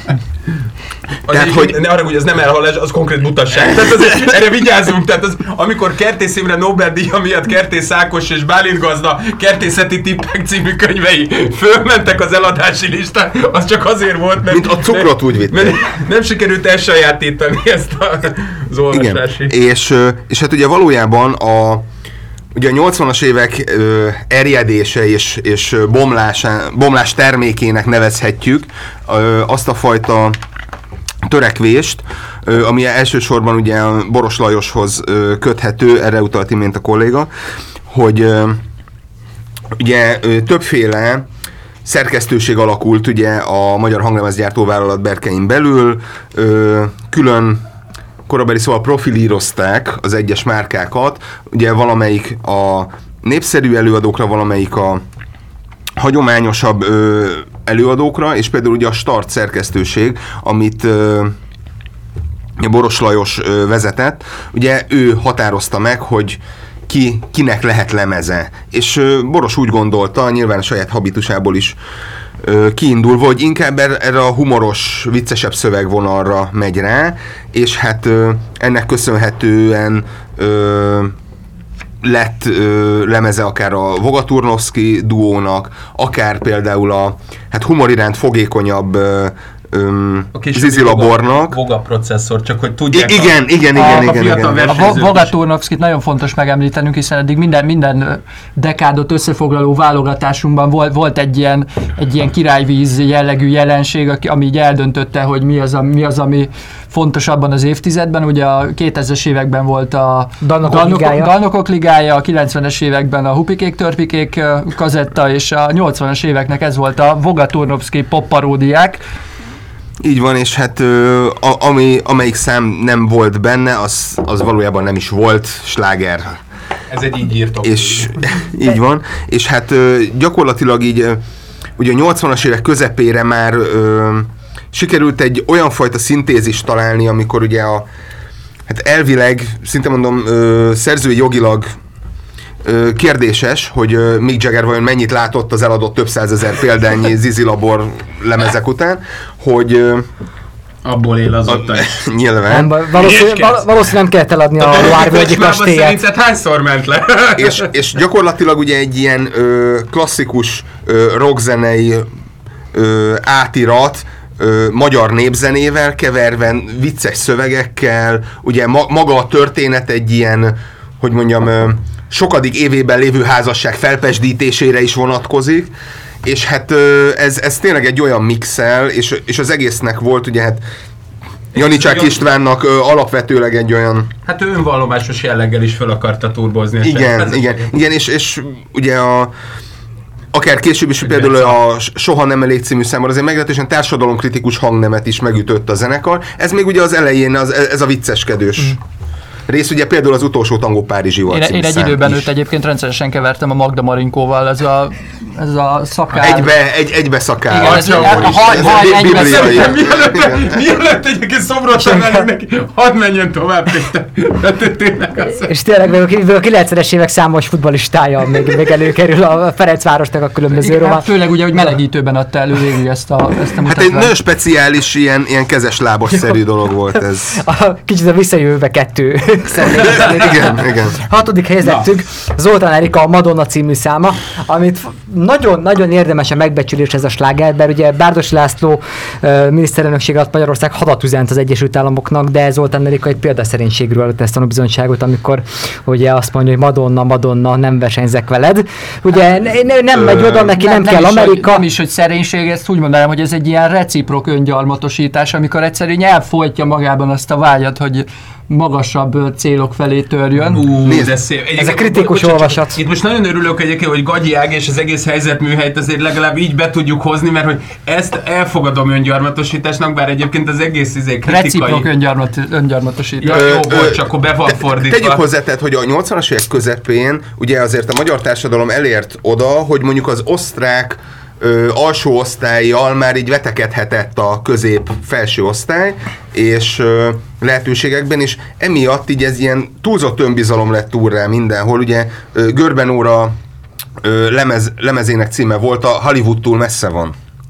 Tehát, hogy ne arra, hogy ez nem elhallás, az konkrét mutasság. Tehát azért, erre vigyázzunk. Tehát az, amikor Kertész Imre Nobel-díja miatt Kertész Ákos és Bálint Gazda kertészeti tippek című könyvei fölmentek az eladási listán, az csak azért volt, mert... Mint a cukrot úgy vitték. Nem, nem sikerült elsajátítani ezt az olvasási. Igen. És, és hát ugye valójában a Ugye a nyolcvanas évek ö, erjedése és, és bomlás, bomlás termékének nevezhetjük ö, azt a fajta törekvést, ö, ami elsősorban ugye Boros Lajoshoz ö, köthető, erre utalt imént a kolléga, hogy ö, ugye ö, többféle szerkesztőség alakult ugye a Magyar Hanglemezgyártó Vállalat berkein belül, ö, külön korabeli szóval profilírozták az egyes márkákat, ugye valamelyik a népszerű előadókra, valamelyik a hagyományosabb ö, előadókra, és például ugye a Start szerkesztőség, amit ö, Boros Lajos ö, vezetett, ugye ő határozta meg, hogy ki, kinek lehet lemeze. És ö, Boros úgy gondolta, nyilván a saját habitusából is kiindulva, hogy inkább erre a humoros, viccesebb szövegvonalra megy rá, és hát ö, ennek köszönhetően ö, lett ö, lemeze akár a Voga Turnovszky duónak, akár például a hát humor iránt fogékonyabb ö, Zizi Labornak. Voga processzor, csak hogy tudják. I- igen, a, igen, a, igen, a, igen, igen. A Voga Turnovszkyt nagyon fontos megemlítenünk, hiszen eddig minden, minden dekádot összefoglaló válogatásunkban volt, volt egy, ilyen, egy ilyen királyvíz jellegű jelenség, ami így eldöntötte, hogy mi az, a, mi az, ami fontos abban az évtizedben. Ugye a kétezres években volt a Dalnokok Dalnokok ligája. Dalnokok ligája, a kilencvenes években a Hupikék-törpikék kazetta, és a nyolcvanas éveknek ez volt a Voga Turnovszky pop-paródiák. Így van, és hát ö, a, ami, amelyik szám nem volt benne, az, az valójában nem is volt sláger. Ez egy így írtok. És így van, és hát ö, gyakorlatilag így, ö, ugye a nyolcvanas évek közepére már ö, sikerült egy olyan fajta szintézist találni, amikor ugye a, hát elvileg, szinte mondom, ö, szerzői jogilag ö, kérdéses, hogy ö, Mick Jagger vajon mennyit látott az eladott több százezer példányi Zizi Labor lemezek után, hogy ö, abból él azóta is. Nyilván. Nem, valószínűleg val- valószínű nem kellett eladni a Loire-völgyi kastélyát. Szerinted hányszor ment le? és, és gyakorlatilag ugye egy ilyen ö, klasszikus ö, rockzenei ö, átirat, ö, magyar népzenével keverve, vicces szövegekkel, ugye ma, maga a történet egy ilyen, hogy mondjam, ö, sokadik évében lévő házasság felpesdítésére is vonatkozik, és hát ö, ez, ez tényleg egy olyan mixel, és, és az egésznek volt ugye hát Janicsák Istvánnak ö, alapvetőleg egy olyan... Hát ő önvallomásos jelleggel is fel akarta turbozni. Igen, igen, igen, és, és ugye a akár később is például a Soha nem elég című számban azért meglehetősen társadalomkritikus hangnemet is megütött a zenekar. Ez még ugye az elején az, ez a vicceskedős mm. rész, ugye például az utolsó tangó Párizsi volt. Én, én egy időben is. Őt egyébként rendszeresen kevertem a Magda Marinkóval, ez a, ez a szakár. Egybe, egy, egybe szakár. Igen, ez, a, a, haj, haj, egybe szakár. Mielőtt egyébként szobrot emelünk neki, hadd menjen tovább. És tényleg a kilencvenes évek számos futballistája még, még előkerül a Ferencvárosnak a különböző roma. Hát főleg ugye, hogy melegítőben adta elő végig ezt a, ezt a hát egy nagyon speciális, ilyen, ilyen kezes lábas-szerű dolog volt ez. A, kicsit a visszajövőbe kettő. igen, igen. Hatodik helyezettük Zoltán Erika a Madonna című száma, amit nagyon-nagyon érdemesen megbecsülés ez a sláger, mert ugye Bárdos László uh, miniszterelnökség alatt Magyarország hadat üzent az Egyesült Államoknak, de Zoltán Erika egy példaszerénységről előtt ezt a bizonyságot, amikor ugye azt mondja, hogy Madonna, Madonna, nem versenyzek veled. Ugye ne, nem megy oda, neki nem, nem kell nem Amerika. Is, nem is, hogy szerénység, ezt úgy mondanám, hogy ez egy ilyen reciprok öngyarmatosítás, amikor egyszerűen elfolytja magában azt a vágyat, hogy magasabb célok felé törjön. Ú, Nézd, de szép. ez a kritikus bocsánat, olvasat. Itt most nagyon örülök egyébként, hogy Gagyi Ág és az egész helyzetműhelyt azért legalább így be tudjuk hozni, mert hogy ezt elfogadom öngyarmatosításnak, bár egyébként az egész izé kritikai... Reciprok öngyarmat, öngyarmatosítás. Ja, jó Ö, volt, ö, csak akkor be van te- fordítva. Tegyük hozzá, tehát, hogy a nyolcvanas évek közepén ugye azért a magyar társadalom elért oda, hogy mondjuk az osztrák ö, alsó osztályjal már így vetekedhetett a közép-felső osztály, és ö, lehetőségekben, és emiatt így ez ilyen túlzott önbizalom lett úrrá mindenhol. Ugye ö, Görben óra ö, lemez, lemezének címe volt, a Hollywoodtól messze van.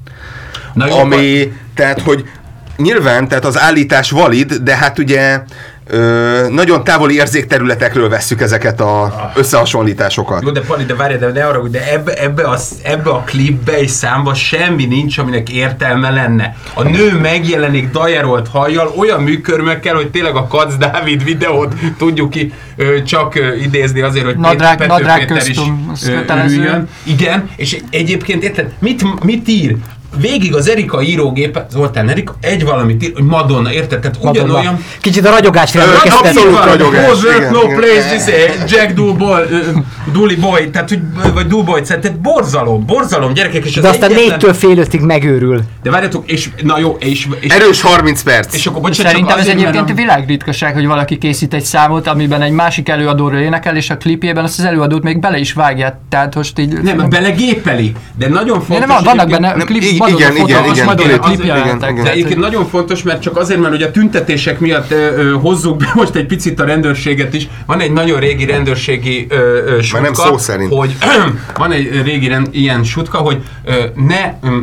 Na jó, Ami, tehát, hogy nyilván, tehát az állítás valid, de hát ugye ö, nagyon távoli érzékterületekről vesszük ezeket az összehasonlításokat. Jó, de Pali, de várj, de ne arra, de ebbe, ebbe, a, ebbe a klipbe és számba semmi nincs, aminek értelme lenne. A nő megjelenik dajerolt hajjal, olyan műkörmökkel, hogy tényleg a Kac Dávid videót tudjuk ki ö, csak ö, idézni azért, hogy Nadrág- Pető nadrág Péter is köztum, az ö, kötelező. üljön. Igen, és egyébként érted, mit, mit ír? Végig az Erika írógépe, Zoltán Erika, egy valamit ír, hogy Madonna, érted? Tehát Madonna. ugyanolyan... Kicsit a ragyogásra emlékeztet. abszolút ragyogás. No work, igen, no igen. place, izé, Jack Dulboy, Dully Boy, tehát hogy, vagy Dulboy, tehát borzalom, borzalom, gyerekek, és az De aztán egyetlen... négytől fél ötig megőrül. De várjatok, és, na jó, és... és Erős harminc perc. és akkor bocsánat, Szerintem csak ez azért, egyébként mert világritkaság, hogy valaki készít egy számot, amiben egy másik előadóról énekel, és a klipjében azt az előadót még bele is vágják. Tehát most így... a, nem, belegépeli, de nagyon Ja, fontos... nem, vannak egyébként- benne nem, klip, igen, Madonna igen, fotó, igen, most igen, Madonna igen, klipjelentek. igen, igen. De egyébként nagyon fontos, mert csak azért, mert ugye a tüntetések miatt ö, ö, hozzuk be most egy picit a rendőrséget is. Van egy nagyon régi rendőrségi ö, ö, sutka, nem szó szerint. hogy van egy régi rend, ilyen sutka, hogy ö, ne ö,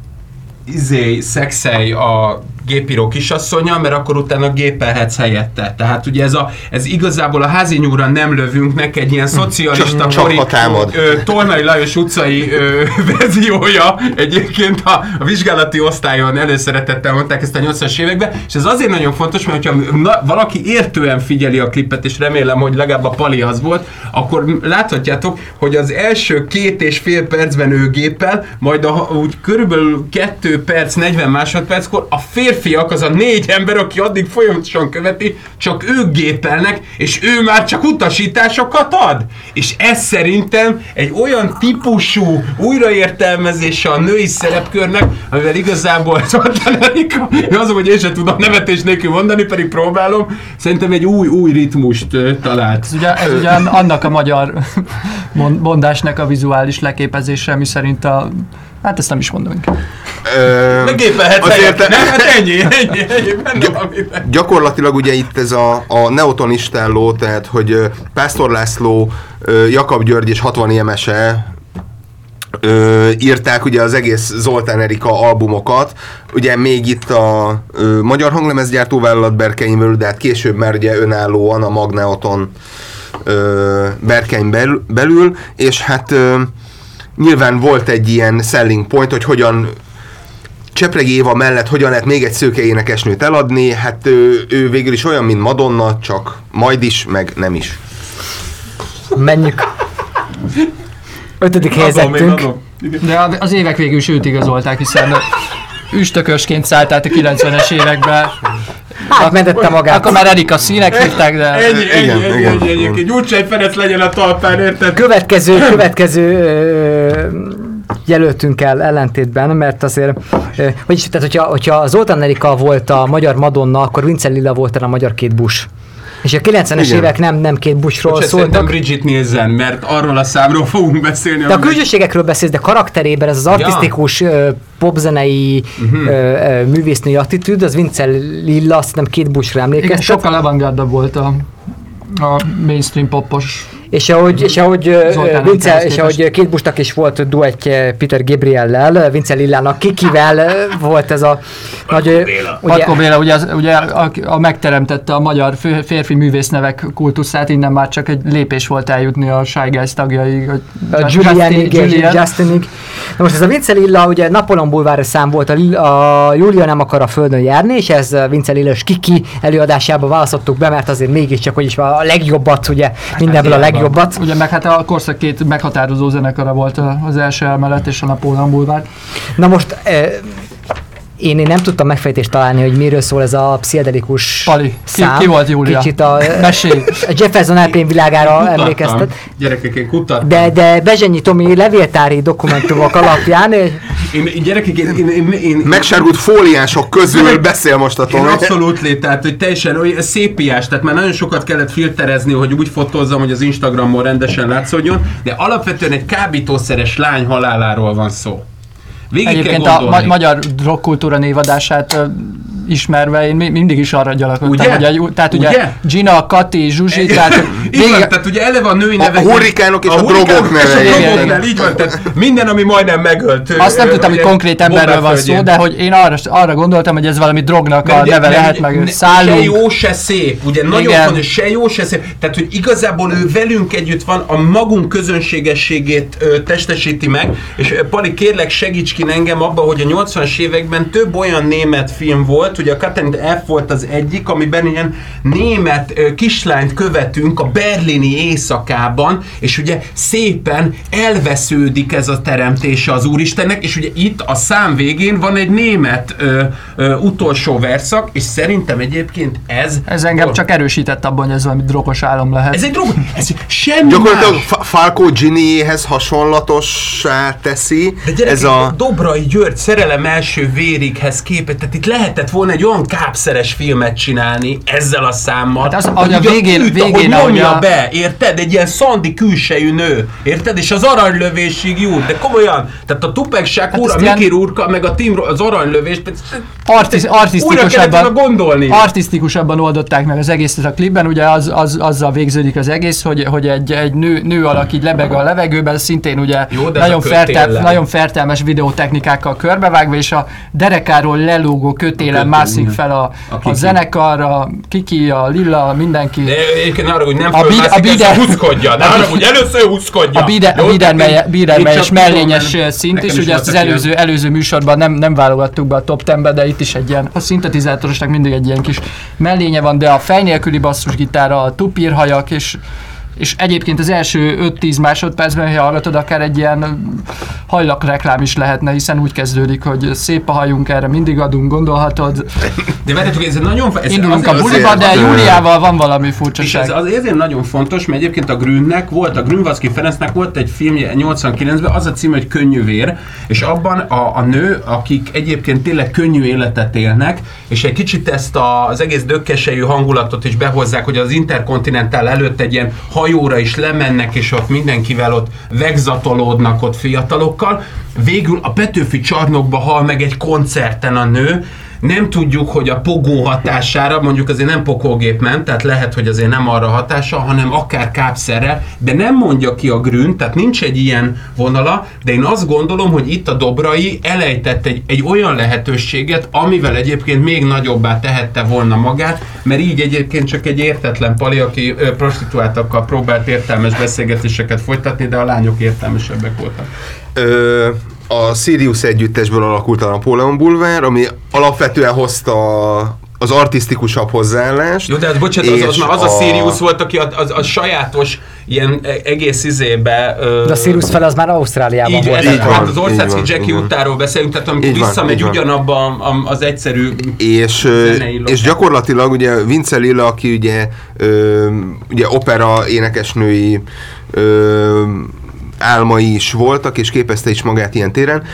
izé, szexelj a gépíró kisasszonnyal, mert akkor utána gépelhetsz helyette. Tehát ugye ez, a, ez igazából a házi nyúlra nem lövünk nek egy ilyen szocialista Csak- csak ha támad. ö, Tornai Lajos utcai ö, verziója egyébként a, a vizsgálati osztályon előszeretettel mondták ezt a nyolcvanas években, és ez azért nagyon fontos, mert hogyha na, valaki értően figyeli a klipet, és remélem, hogy legalább a Pali az volt, akkor láthatjátok, hogy az első két és fél percben ő gépel, majd a, úgy körülbelül kettő perc, negyven másodperckor a férfiak, az a négy ember, aki addig folyamatosan követi, csak ők gépelnek, és ő már csak utasításokat ad. És ez szerintem egy olyan típusú újraértelmezése a női szerepkörnek, amivel igazából Zoltán Erika, azon, hogy én sem tudom nevetés nélkül mondani, pedig próbálom, szerintem egy új, új ritmust ö, talált. Ez ugye, ez ugye annak a magyar mond- mondásnak a vizuális leképezése, ami szerint a... Hát ezt nem is mondom inkább. Ö, Megépelhetsz azért- helyet. Nem, hát ennyi, ennyi, ennyi, benne van minden. Gyakorlatilag ugye itt ez a, a neotonistálló, tehát hogy ö, Pásztor László, ö, Jakab György és hatvan émese ö, írták ugye az egész Zoltán Erika albumokat, ugye még itt a ö, Magyar Hanglemezgyártó Vállalat berkein belül, de hát később már ugye önállóan a Magneoton ö, berkein belül, belül, és hát ö, nyilván volt egy ilyen selling point, hogy hogyan Csepregi Éva mellett hogyan lehet még egy szőke énekesnőt eladni, hát ő, ő végül is olyan, mint Madonna, csak majd is, meg nem is. Menjünk. Ötödik Adom, én helyezettünk. adom. Igen. De az évek végül is őt igazolták, hiszen üstökösként szállt át a kilencvenes években. Átmentette magát. Akkor már Erika színek hívták, de... Ennyi, ennyi, Igen, ennyi, igen, ennyi, ennyi, igen. ennyi. Gyurcsány Ferenc legyen a talpán, érted? Következő, következő ö, jelöltünkkel ellentétben, mert azért, ö, vagyis, tehát hogyha, hogyha Zoltán Erika volt a magyar Madonna, akkor Vince Lilla volt a magyar Kate Bush. És a kilencvenes Igen. évek nem, nem Kate Bushról Bocsánat, szerintem szóltak. Bridget Nielsen, mert arról a számról fogunk beszélni. De a ami- külsőségekről beszélsz, de karakterében ez az artisztikus, ö, popzenei Mhm. ö, ö, művésznői attitűd, az Vince Lilla, azt hiszem Kate Bushra Igen, emlékeztet. sokkal avantgardabb volt a, a mainstream popos. És ahogy, és ahogy, ö, Zoltán Vince, Erikához és ahogy Kate Bushnak is volt duettje Peter Gabriellel, Vince Lillának Kikivel ö, volt ez a nagy... ö, ugye- Patko Béla ugye, az, ugye a, a megteremtette a magyar fő- férfi művésznevek kultuszát, innen már csak egy lépés volt eljutni a Shy Guys tagjaig. A Justin- Julianig, Julian. Justinig. Na most ez a Vince Lilla, ugye Napoleon Boulevard szám volt, a, Lil- a Júlia nem akar a földön járni, és ez Vince Lilla-s Kiki előadásába választottuk be, mert azért mégiscsak, hogy is van, a legjobbat, ugye, mindenből a legjobbat. Ugye meg hát a korszak két meghatározó zenekara volt a- az első emelet és a Napoleon Boulevard. Na most, eh, én, én nem tudtam megfejtést találni, hogy miről szól ez a pszichedelikus Pali, szám. ki, ki volt Júlia? Kicsit a, Mesélj. a Jefferson Airplane világára emlékeztet. Gyerekek, én kutattam. De, de Bezsenyi Tomi levéltári dokumentumok alapján... Én, én gyerekek, én... én, én, én Megsárgult fóliások közül beszél most a Én Tomi. abszolút lét, tehát hogy teljesen olyan szépiás, tehát már nagyon sokat kellett filterezni, hogy úgy fotózzam, hogy az Instagramon rendesen látszódjon, de alapvetően egy kábítószeres lány haláláról van szó. Végig Egyébként kell a gondolni. ma- magyar rockkultúra névadását ö, ismerve én mi- mindig is arra gyalogoltam, Ugye? hogy a, tehát ugye, Ugye? Gina, Kati, Zsuzsi, tehát Így van, tehát ugye eleve a női A- nevek... a hurrikánok és a hurrikánok drogok és a nevei. drogok Igen. neve, így van, tehát minden, ami majdnem megölt. azt nem ö, tudtam, hogy ugye, konkrét emberről van szó, Bombát de hogy én arra, arra gondoltam, hogy ez valami drognak a neve lehet, meg Se szállunk. jó, se szép. Ugye nagyon Igen. fontos, se jó, se szép. Tehát, hogy igazából ő velünk együtt van, a magunk közönségességét ö, testesíti meg, és ö, Pali, kérlek segíts ki engem abba, hogy a nyolcvanas években több olyan német film volt, ugye a Katrin F volt az egyik, amiben ilyen német ö, kislányt követünk a berlini éjszakában, és ugye szépen elvesződik ez a teremtése az Úristennek, és ugye itt a szám végén van egy német ö, ö, utolsó verszak, és szerintem egyébként ez... Ez engem csak erősített abban, hogy ez valami drogos álom lehet. Ez egy drog, ez semmi Gyakorlatilag más. Fa- Falco Giniéhez hasonlatossá teszi. De gyerekek, Ez a... Dobrai György Szerelem első vérighez képest, tehát itt lehetett volna egy olyan kápszeres filmet csinálni ezzel a számmal. Hát az, ahogy a Ugye végén- tűt, végén, ahogy ahogy nyomja a- be, érted? Egy ilyen Szandi külsejű nő, érted? És az aranylövésig jut, de komolyan, tehát a Tupac Shakur, Hát a ezt Mickey ilyen- Rourke, meg a Tim, az aranylövés, Artiz, újra kellett artisztikusabban, volna gondolni. artisztikusabban oldották meg az egészet a klipben, ugye az, az, azzal végződik az egész, hogy, hogy egy, egy nő, nő alak így lebeg a levegőben, szintén ugye Jó, de ez nagyon, a fertel, kötéllel. nagyon fertelmes videótechnikákkal körbevágva, és a derekáról lelógó kötélen kötél, mászik igen. fel a, A a, Kiki. zenekar, a Kiki, a Lilla, mindenki. De egyébként arra, hogy nem A bid- fölmászik, a bide- először húzkodja, de arra, hogy először húzkodja. A bide- Jó, bidermelye- tehát én- bidermelyes én csak mellényes tudom, mert szint, nekem és is ugye ezt az voltak ilyen- előző, előző műsorban nem, nem válogattuk be a top tízbe, de itt is egy ilyen, a szintetizátorosnak mindig egy ilyen kis mellénye van, de a fej nélküli basszusgitára, a tupírhajak, és és egyébként az első öt-tíz másodpercben, ha hallgatod, akár egy ilyen hajlakreklám is lehetne, hiszen úgy kezdődik, hogy szép a hajunk, erre mindig adunk, gondolhatod. De várjátok, ez nagyon... Ez Indulunk a azért- buliba, de azért- Júliával van valami És furcsaság. ez az ezért nagyon fontos, mert egyébként a Grünnek volt, a Grünwaldzki Ferencnek volt egy filmje nyolcvankilencben, az a cím, hogy Könnyű vér, és abban a, a nő, akik egyébként tényleg könnyű életet élnek, és egy kicsit ezt a, az egész dökkesejű hangulatot is behozzák, hogy az Interkontinentál előtt egy ilyen hajóra is lemennek, és ott mindenkivel ott vegzatolódnak ott fiatalokkal. Végül a Petőfi csarnokba hal meg egy koncerten a nő, nem tudjuk, hogy a pogó hatására, mondjuk azért nem pokógép ment, tehát lehet, hogy azért nem arra hatása, hanem akár kápszerre, de nem mondja ki a Grün, tehát nincs egy ilyen vonala, de én azt gondolom, hogy itt a Dobrai elejtett egy, egy olyan lehetőséget, amivel egyébként még nagyobbá tehette volna magát, mert így egyébként csak egy értetlen Pali, aki ö, prostituáltakkal próbált értelmes beszélgetéseket folytatni, de a lányok értelmesebbek voltak. Ö, a Sirius együttesből alakult a Napóleon Bulvár, ami alapvetően hozta az artisztikusabb hozzáállást. Jó, de hát bocsánat, az, az, és az a Sirius volt, aki a, az, a sajátos ilyen egész izébe... Ö, De a Sirius fel az már Ausztráliában így, volt. ez, így van, hát az így Országszki van, Jackie így van. utáról beszélünk, tehát amikor Így van, visszamegy így van. ugyanabba a- az egyszerű... És, ö, zenei logika. és gyakorlatilag ugye Vince Lilla, aki ugye, ö, ugye opera énekesnői ö, álmai is voltak, és képezte is magát ilyen téren,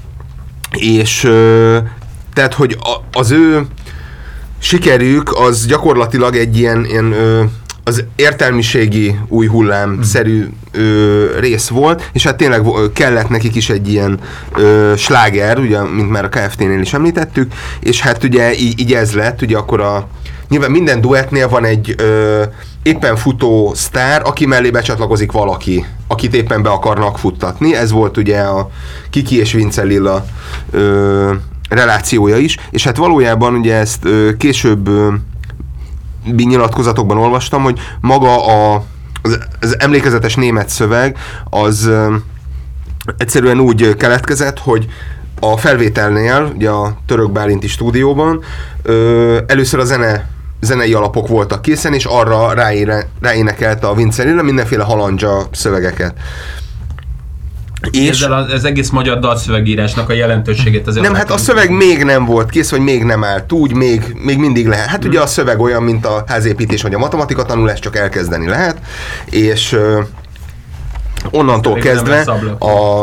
és ö, tehát, hogy a, az ő sikerük az gyakorlatilag egy ilyen, ilyen ö, az értelmiségi új hullámszerű ö, rész volt, és hát tényleg vo- kellett nekik is egy ilyen ö, sláger, ugye, mint már a ká ef té-nél is említettük, és hát ugye így, így ez lett, ugye akkor a nyilván minden duettnél van egy ö, éppen futó sztár, aki mellé becsatlakozik valaki, akit éppen be akarnak futtatni. Ez volt ugye a Kiki és Vince Lilla ö, relációja is, és hát valójában ugye ezt ö, később ö, nyilatkozatokban olvastam, hogy maga a, az, az emlékezetes német szöveg az ö, egyszerűen úgy keletkezett, hogy a felvételnél, ugye a Török Bálinti stúdióban ö, először a zene zenei alapok voltak készen, és arra ráére, ráénekelte a Vince Lilla mindenféle halandzsa szövegeket. És ezzel az, az egész magyar dalszövegírásnak a jelentőségét azért... Nem, hát a szöveg még nem volt kész, vagy még nem állt úgy, még, még mindig lehet. Hát hmm. ugye a szöveg olyan, mint a házépítés, vagy a matematika tanulás, csak elkezdeni lehet, és ö, onnantól Szerint kezdve a...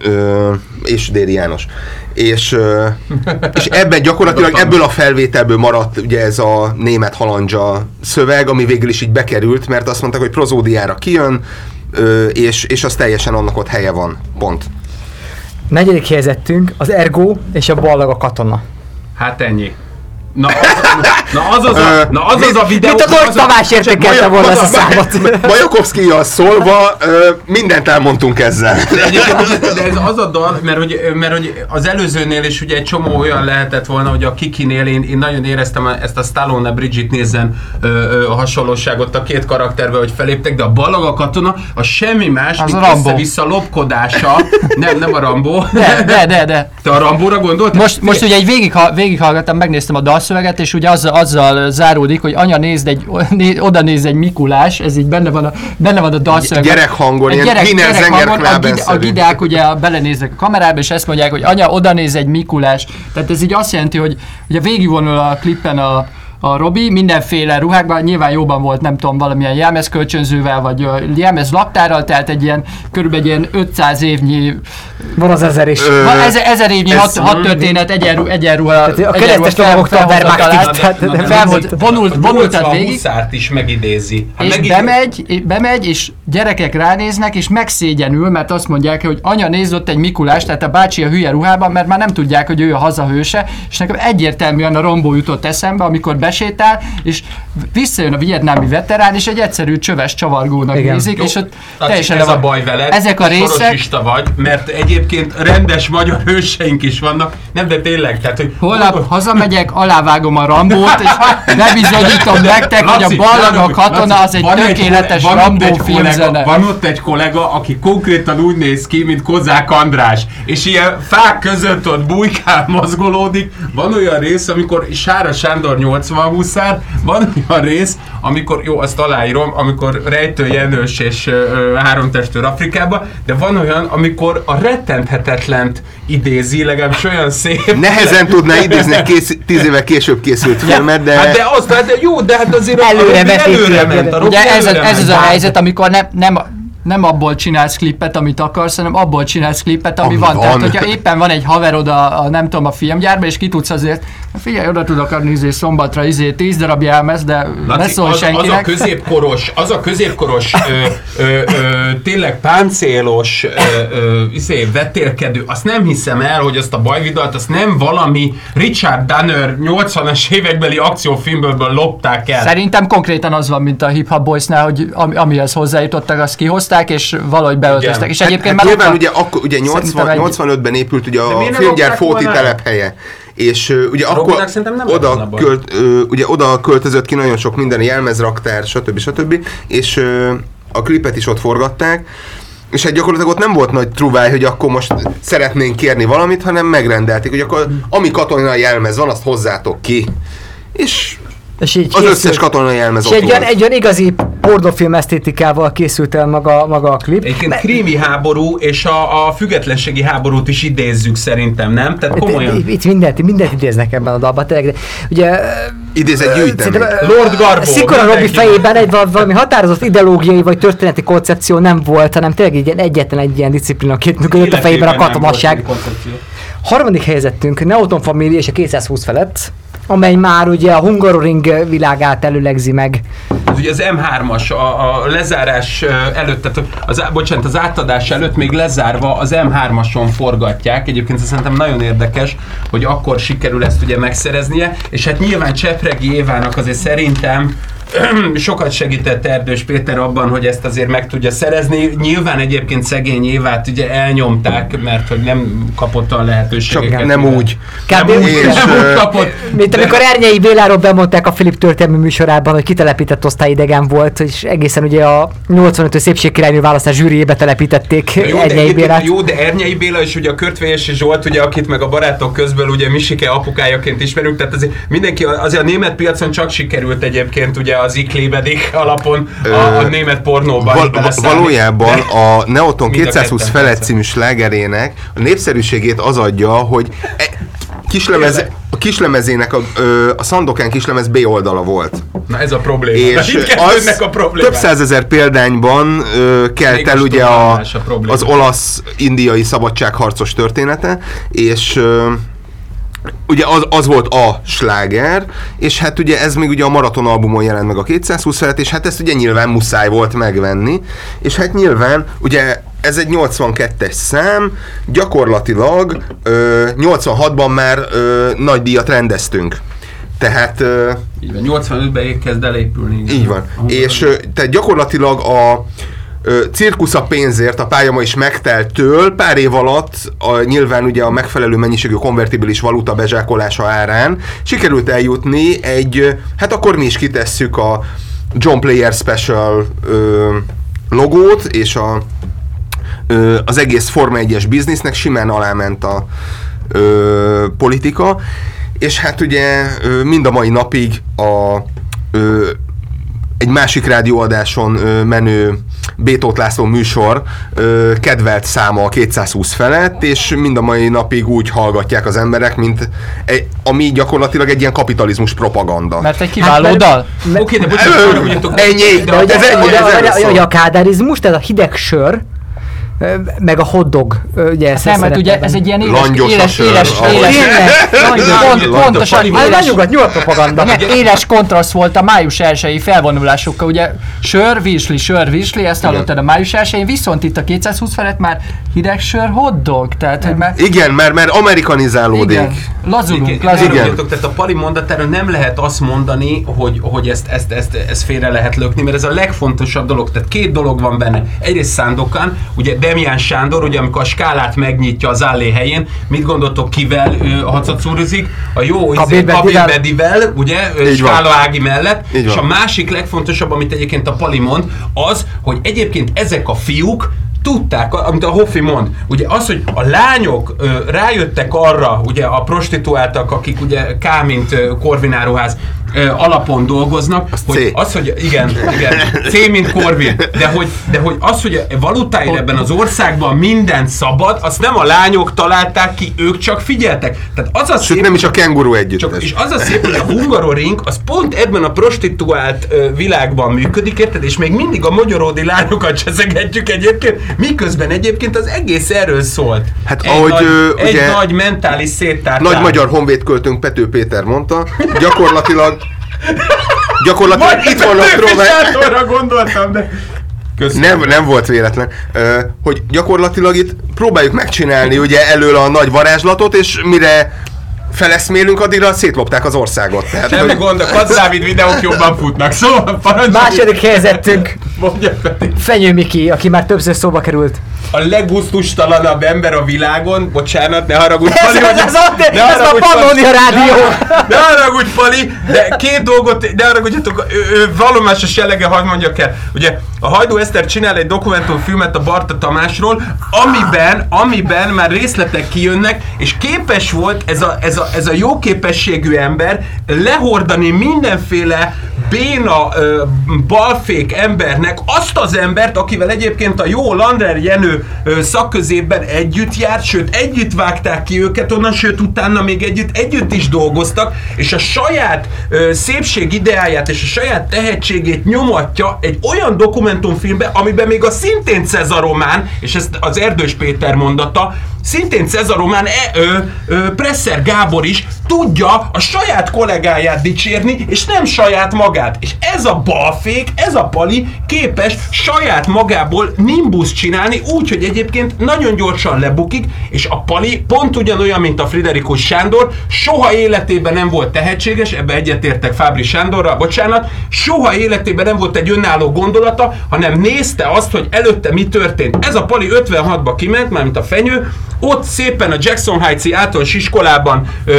Ö, és Déri János. És, ö, és ebben gyakorlatilag ebből a felvételből maradt ugye ez a német halandzsa szöveg, ami végül is így bekerült, mert azt mondták, hogy prozódiára kijön, Ö, és, és az teljesen annak ott helye van. Pont. Negyedik helyezettünk az Ergo és a Ballag a katona. Hát ennyi. Na az, na az az a, na az, az a videó... Mint a Dolg Tamás értékelte volna ezt a számot. Majakovszkijjal szólva ö, mindent elmondtunk ezzel. De, egyébként, de ez az a dal, mert hogy, mert hogy az előzőnél is ugye egy csomó olyan lehetett volna, hogy a Kikinél én, én nagyon éreztem ezt a Stallone Bridget nézzen ö, ö, hasonlóságot a két karakterbe, hogy feléptek, de a Ballag a katona az semmi más, az mint össze-vissza lopkodása. Nem, nem a Rambó. De, de, de. de. Te a Rambóra gondoltál? Most, most ugye egy végig, végighallgattam, megnéztem a dalszöveget, és ugye azzal, azzal záródik, hogy anya nézd egy, né, oda néz egy Mikulás, ez így benne van a, benne van a dalszövegben. Gyerekhangon, ilyen gyerek, Wiener Zengerkláben a, a gidák ugye belenéznek a kamerába, és ezt mondják, hogy anya oda néz egy Mikulás. Tehát ez így azt jelenti, hogy ugye végigvonul a klippen a a Robi mindenféle ruhákban, nyilván jóban volt, nem tudom, valamilyen jelmezkölcsönzővel, vagy jelmez laktárral, tehát egy ilyen, körülbelül egy ilyen ötszáz évnyi... Van az ezer is. Ö, van ezer, ezer évnyi hat, hat történet, egyenruha, egyenruha, a keresztes lovagokta a Wehrmachtig. Vonult, vonultat végig. A huszárt is megidézi. Hát és bemegy, bemegy, és gyerekek ránéznek, és megszégyenül, mert azt mondják, hogy anya nézd ott egy Mikulás, tehát a bácsi a hülye ruhában, mert már nem tudják, hogy ő a hazahőse, és nekem egyértelműen a Rambó jutott eszembe, amikor besétál, és visszajön a vietnámi veterán, és egy egyszerű csöves csavargónak igen. nézik, jó, és ott Laci, teljesen ez a baj veled, ezek a részek... sorosista vagy, mert egyébként rendes magyar hőseink is vannak, nem, de tényleg, tehát, hogy... Holnap hol... hazamegyek, alávágom a Rambót, és bebizonyítom nektek, Laci, hogy a Ballag a katona az egy tökéletes Rambó filmzene. Van ott egy kollega, aki konkrétan úgy néz ki, mint Kozák András, és ilyen fák között ott bujkál, mozgolódik. Van olyan rész, amikor Sára Sándor nyolcvan huszár, van olyan rész, amikor, jó, azt aláírom, amikor Rejtő Jenős és ö, Háromtestőr Afrikába, de van olyan, amikor a rettenthetetlent idézi, legalábbis olyan szép. Nehezen tudná idézni kész, tíz éve később készült filmet, de... Hát de az, de jó, de hát azért előre, a, előre ment. A ugye ez, előre ez ment. az a helyzet, amikor nem, nem nem abból csinálsz klippet, amit akarsz, hanem abból csinálsz klippet, ami, ami van. van. Tehát, hogyha éppen van egy haverod a, a nem tudom, a filmgyárban, és ki tudsz azért, figyelj, oda tudok adni izé szombatra izé tíz darab jelmez, de ne szól az, senkinek. Az a középkoros, az a középkoros, ö, ö, ö, tényleg páncélos, ö, ö, izé, vetélkedő, azt nem hiszem el, hogy azt a bajvidalt, azt nem valami Richard Donner nyolcvanas évekbeli akciófilmből lopták el. Szerintem konkrétan az van, mint a Hip Hop Boysnál, hogy ami, amihez hozzájutottak, azt kihozták, és valahogy beöltöztek. És egyébként hát, már nyilván ugye, akkor, ugye nyolcvan, nyolcvanötben épült ugye a filmgyár Fóti telephelye. És uh, ugye akkor oda, költ, uh, ugye oda költözött ki nagyon sok minden, jelmezraktár, stb. stb. És uh, a klipet is ott forgatták. És hát gyakorlatilag ott nem volt nagy truváj, hogy akkor most szeretnénk kérni valamit, hanem megrendelték, hogy akkor ami katonai jelmez van, azt hozzátok ki. És És így az készült. összes katonai jelmez ott egy olyan, egy olyan igazi pornófilm esztétikával készült el maga, maga a klip. Egyébként krími háború és a, a függetlenségi háborút is idézzük szerintem, nem? Tehát komolyan. Itt, itt mindent, mindent idéznek ebben a dalban, tényleg. Ugye, idéz egy gyűjtemény. Lord Garbo. Szikora Robi fejében egy valami határozott ideológiai vagy történeti koncepció nem volt, hanem tényleg egy, egyetlen egy ilyen disziplina két működött a fejében a katonasság. Harmadik helyezettünk Neoton Family és a kétszázhúsz felett, amely már ugye a Hungaroring világát előlegzi meg. Ez ugye az em hármas, a, a lezárás előtt, tehát az, bocsánat, az átadás előtt még lezárva az em hármason forgatják. Egyébként szerintem nagyon érdekes, hogy akkor sikerül ezt ugye megszereznie, és hát nyilván Csepregi Évának azért szerintem sokat segített Erdős Péter abban, hogy ezt azért meg tudja szerezni. Nyilván egyébként szegény Évát ugye elnyomták, mert hogy nem kapott a lehetőségeket. Csak nem úgy. Nem úgy, úgy, és, nem úgy kapott. Mint amikor Ernyei Béláról bemondták a Filip történelmi műsorában, hogy kitelepített osztályidegen volt, és egészen ugye a nyolcvanötös szépségkirálynő választás zsűriébe telepítették Ernyei Bélát. Jó, de Ernyei Béla és ugye a Körtvélyesi Zsolt, ugye, akit meg a barátok közből ugye Misike apukájaként ismerünk, tehát azért mindenki, azért a német piacon csak sikerült egyébként ugye az iklébedék alapon a, a német pornóban. Val- valójában a Neoton kétszázhúsz felett című slágerének a népszerűségét az adja, hogy e, kislemez, a kislemezének a, a Sandokan kislemez B oldala volt. Na ez a probléma. És az a több százezer példányban ö, kelt el ugye a, a az olasz-indiai szabadságharcos története, és ö, ugye az, az volt a sláger, és hát ugye ez még ugye a Maraton albumon jelent meg a kétszázhúsz felett, és hát ezt ugye nyilván muszáj volt megvenni, és hát nyilván ugye ez egy nyolcvankettes szám, gyakorlatilag ö, nyolcvanhatban már ö, nagy díjat rendeztünk. Tehát... Ö, így van, nyolcvanötben kezd elépülni. Így van. És ö, tehát gyakorlatilag a ö, cirkusz a pénzért, a pályama is megteltől pár év alatt a, nyilván ugye a megfelelő mennyiségű konvertibilis valuta bezsákolása árán sikerült eljutni egy, hát akkor mi is kitesszük a John Player Special ö, logót, és a ö, az egész Forma egyes biznisznek simán aláment a ö, politika, és hát ugye ö, mind a mai napig a ö, egy másik rádióadáson ö, menő B. Tóth László műsor ö, kedvelt száma a kétszázhúsz felett, és mind a mai napig úgy hallgatják az emberek, mint egy, ami gyakorlatilag egy ilyen kapitalizmus propaganda. Mert egy kiváló hát, dal. Oké, de bocsánat, ennyi, de ez ennyi, ez ennyi. A kádárizmus, tehát a hideg sör, meg a hotdog, ugye ezt nem, mert ugye ez egy ilyen éles, éles, éles, éles, pontosan, nyugat, nyugat propaganda. Éles kontraszt volt a május elsői felvonulásokkal, ugye sör, virsli, sör, virsli, ezt hallottad a május elsőjén, viszont itt a kétszázhúsz felett már hideg sör, hotdog, tehát hogy már... Igen, mert, mert amerikanizálódik. Igen, lazulunk, igen, lazulunk. Igen. Tehát a Pali mondatára nem lehet azt mondani, hogy, hogy ezt, ezt, ezt, ezt félre lehet lökni, mert ez a legfontosabb dolog, tehát két dolog van benne. Egyrészt Sandokan, ugye Demián Sándor, ugye amikor a skálát megnyitja az állé helyén, mit gondoltok, kivel hacacúrizik? A jó Kabir Bedivel, ugye, Skála Ági mellett, így és van. A másik legfontosabb, amit egyébként a Pali mond, az, hogy egyébként ezek a fiúk tudták, amit a Hoffi mond, ugye az, hogy a lányok ö, rájöttek arra, ugye a prostituáltak, akik ugye K, mint ö, Korvináruház ö, alapon dolgoznak, az hogy C. az, hogy igen, igen, C, mint Korvin, de hogy, de hogy az, hogy a valutáért ebben az országban minden szabad, azt nem a lányok találták ki, ők csak figyeltek. Tehát az a szép, nem is a kenguru együttes. És az a szép, hogy a Hungaroring az pont ebben a prostituált ö, világban működik, érted? És még mindig a magyaródi lányokat cseszegetjük egyébként, miközben egyébként az egész erről szólt. Hát egy ahogy nagy, ö, egy ugye, nagy mentális széttártál. Nagy magyar honvédköltőnk Pető Péter mondta, gyakorlatilag gyakorlatilag itt vannak próbál... gondoltam, de... Nem, nem volt véletlen, uh, hogy gyakorlatilag itt próbáljuk megcsinálni ugye elől a nagy varázslatot, és mire feleszmélünk, addigra szétlopták az országot. Tehát, nem hogy... gond, a Kadzávid videók jobban futnak, szóval parancsoljuk. Második helyezettünk Fenyő Miki, aki már többször szóba került. A leggusztustalanabb ember a világon, bocsánat, ne haragudj Pali, ez, hogy ez, ez, ne ez a Pannonia Rádió! Ne, ne haragudj Pali, de két dolgot, ne haragudjatok, ő, ő vallomásos jellege, hadd mondjak el. Ugye a Hajdú Eszter csinál egy dokumentumfilmet a Barta Tamásról, amiben, amiben már részletek kijönnek, és képes volt ez a, ez a, ez a jó képességű ember lehordani mindenféle béna, ö, balfék embernek azt az embert, akivel egyébként a jó Landrer Jenő ö, szakközében együtt járt, sőt együtt vágták ki őket onnan, sőt utána még együtt, együtt is dolgoztak, és a saját ö, szépség ideáját és a saját tehetségét nyomatja egy olyan dokumentumfilmbe, amiben még a szintén Cezaromán, és ezt az Erdős Péter mondata, szintén Cezaromán e, ö, ö, Presser Gábor is tudja a saját kollégáját dicsérni, és nem saját magát. És ez a balfék, ez a Pali képes saját magából nimbus csinálni, úgy, hogy egyébként nagyon gyorsan lebukik, és a Pali pont ugyanolyan, mint a Friderikus Sándor, soha életében nem volt tehetséges, ebbe egyetértek Fábri Sándorral, bocsánat, soha életében nem volt egy önálló gondolata, hanem nézte azt, hogy előtte mi történt. Ez a Pali ötvenhatba kiment, mármint a Fenyő, ott szépen a Jackson Heights-i általános iskolában ö, tanult,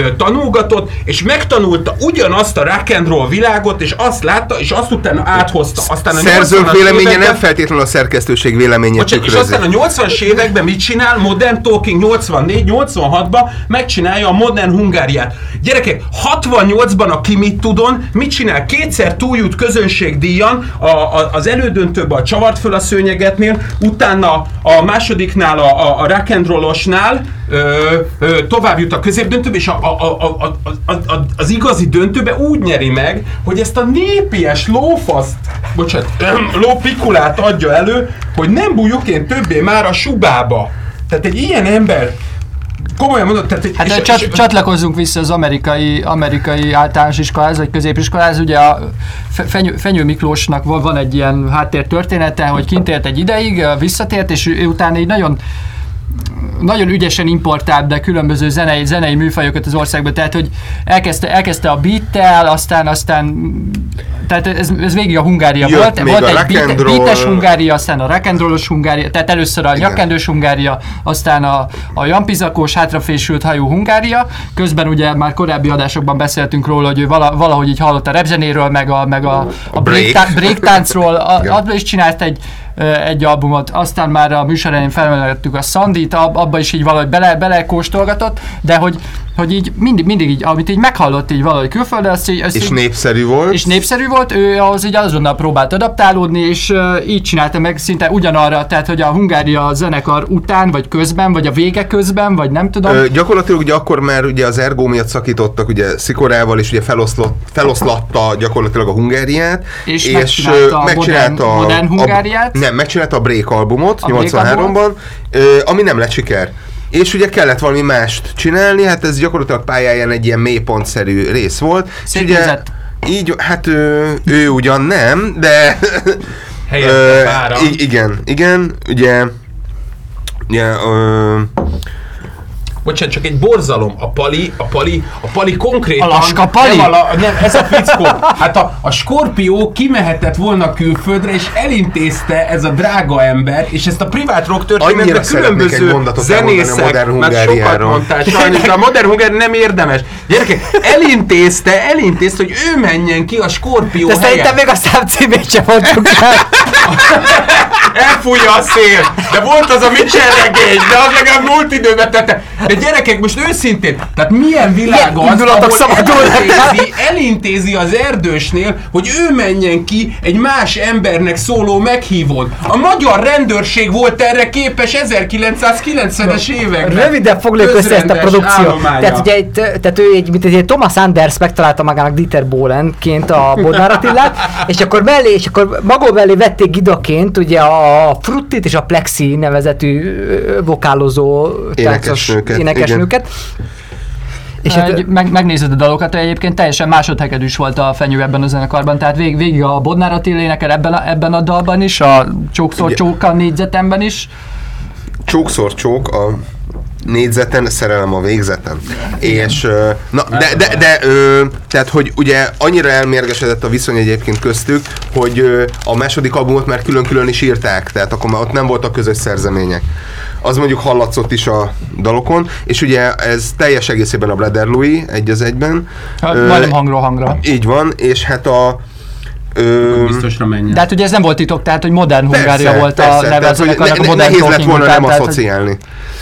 nyomogatott, és megtanulta ugyanazt a rock and roll világot, és azt látta, és azt utána áthozta. Aztán a szerzők véleménye években, nem feltétlenül a szerkesztőség véleménye bocsánat, és aztán a nyolcvanas években mit csinál? Modern Talking nyolcvannégy nyolcvanhatban megcsinálja a Modern Hungáriát. Gyerekek, hatvannyolcban a Ki mit tudon, mit csinál? Kétszer túljut közönségdíjan, a, a, az elődöntőben a Csavart föl a szőnyegetnél, utána a másodiknál, a, a, a rock and rollosnál ö, ö, tovább jut a középdöntőbe, és a, a, a, a, a, a, az igazi döntőbe úgy nyeri meg, hogy ezt a népies lófaszt, bocsánat, lópikulát adja elő, hogy nem bújjuk én többé már a subába. Tehát egy ilyen ember, komolyan mondod, tehát... Hát és, csat, és, csatlakozzunk vissza az amerikai, amerikai általános iskolához, vagy középiskolához. Ugye a Fenyő, Fenyő Miklósnak van, van egy ilyen háttértörténete, hogy kint élt egy ideig, visszatért, és ő utána így nagyon nagyon ügyesen importált be különböző zenei, zenei műfajokat az országba, tehát hogy elkezdte, elkezdte a beattel, aztán, aztán tehát ez, ez végig a Hungária Jött volt, volt egy beat, roll. beates Hungária, aztán a rock and rollos Hungária, tehát először a nyakkendős Hungária, aztán a, a jampizakós, hátrafésült hajú Hungária, közben ugye már korábbi adásokban beszéltünk róla, hogy ő vala, valahogy így hallott a rapzenéről, meg a, meg a, a break, breaktáncról, abból is csinált egy egy albumot, aztán már a műsor elején felmelegettük a Szandit, abba is így valahogy bele, belekóstolgatott, de hogy, hogy így mindig, mindig így, amit így meghallott így valahogy külföldön, azt így... Azt és így, népszerű volt. És népszerű volt, ő ahhoz így azonnal próbált adaptálódni, és uh, így csinálta meg szinte ugyanarra, tehát hogy a Hungária zenekar után, vagy közben, vagy a vége közben, vagy nem tudom. Ö, gyakorlatilag ugye akkor már ugye az Ergo miatt szakítottak ugye Szikorával, és ugye feloszlott, feloszlatta gyakorlatilag a Hungáriát, és, és megcsinálta a megcsinálta modern, modern Hungáriát. A, nem, megcsinálta a Break albumot A nyolcvanháromban, ö, ami nem lett siker. És ugye kellett valami mást csinálni, hát ez gyakorlatilag pályáján egy ilyen mélypontszerű rész volt. Szép és ugye, nézett. így, hát ő, ő ugyan nem, de... Helyette pára. igen, igen, ugye... ugye ö, Bocsánat, csak egy borzalom. A Pali, a Pali, a Pali konkrétan... A Laska Pali? Nem, a, la, nem, ez a fickó. Hát a, a Skorpió kimehetett volna külföldre, és elintézte ez a drága ember, és ezt a privát rock történetben különböző zenészek, mert sokat mondtál, sajnos, de a Modern Hungária nem érdemes. Gyerekek, elintézte, elintézte, hogy ő menjen ki a Skorpió de helyen. szerintem még a számcímét sem mondjuk el. Elfújja a szél, de volt az a Mitchell regény, de az legalább múlt időben tette. De gyerekek, most őszintén, tehát milyen világ az, ahol elintézi, elintézi az Erdősnél, hogy ő menjen ki egy más embernek szóló meghívón. A magyar rendőrség volt erre képes ezerkilencszázkilencvenes években. Röviden foglaljuk össze ezt a produkciót. Tehát ugye itt, tehát ő egy, mint egy Thomas Anders megtalálta magának Dieter Bohlenként a Bodnár Attilát, és akkor mellé, és akkor maga mellé vették gidaként ugye a Fruttit és a Plexi nevezetű vokálozó énekesnőket. énekesnőket. És hát, meg, megnézed a dalokat, egyébként teljesen másodhegedűs volt a Fenyő ebben a zenekarban, tehát vég, végig a Bodnár Attila énekel ebben a, ebben a dalban is, a Csókszor Csók a négyzetemben is. Csókszor Csók a négyzeten, szerelem a végzeten. És, na, de, de, de ö, tehát, hogy ugye annyira elmérgesedett a viszony egyébként köztük, hogy ö, a második albumot már külön-külön is írták, tehát akkor már ott nem voltak közös szerzemények. Az mondjuk hallatszott is a dalokon, és ugye ez teljes egészében a Blader Louis egy az egyben. Hát, majdnem hangról hangra. Így van, és hát a Ö, biztosra menjen. De hát ugye ez nem volt titok, tehát hogy Modern Hungária volt persze, a neve az ne, a Modern nehéz lett Talking volna után, nem tehát, asszociálni.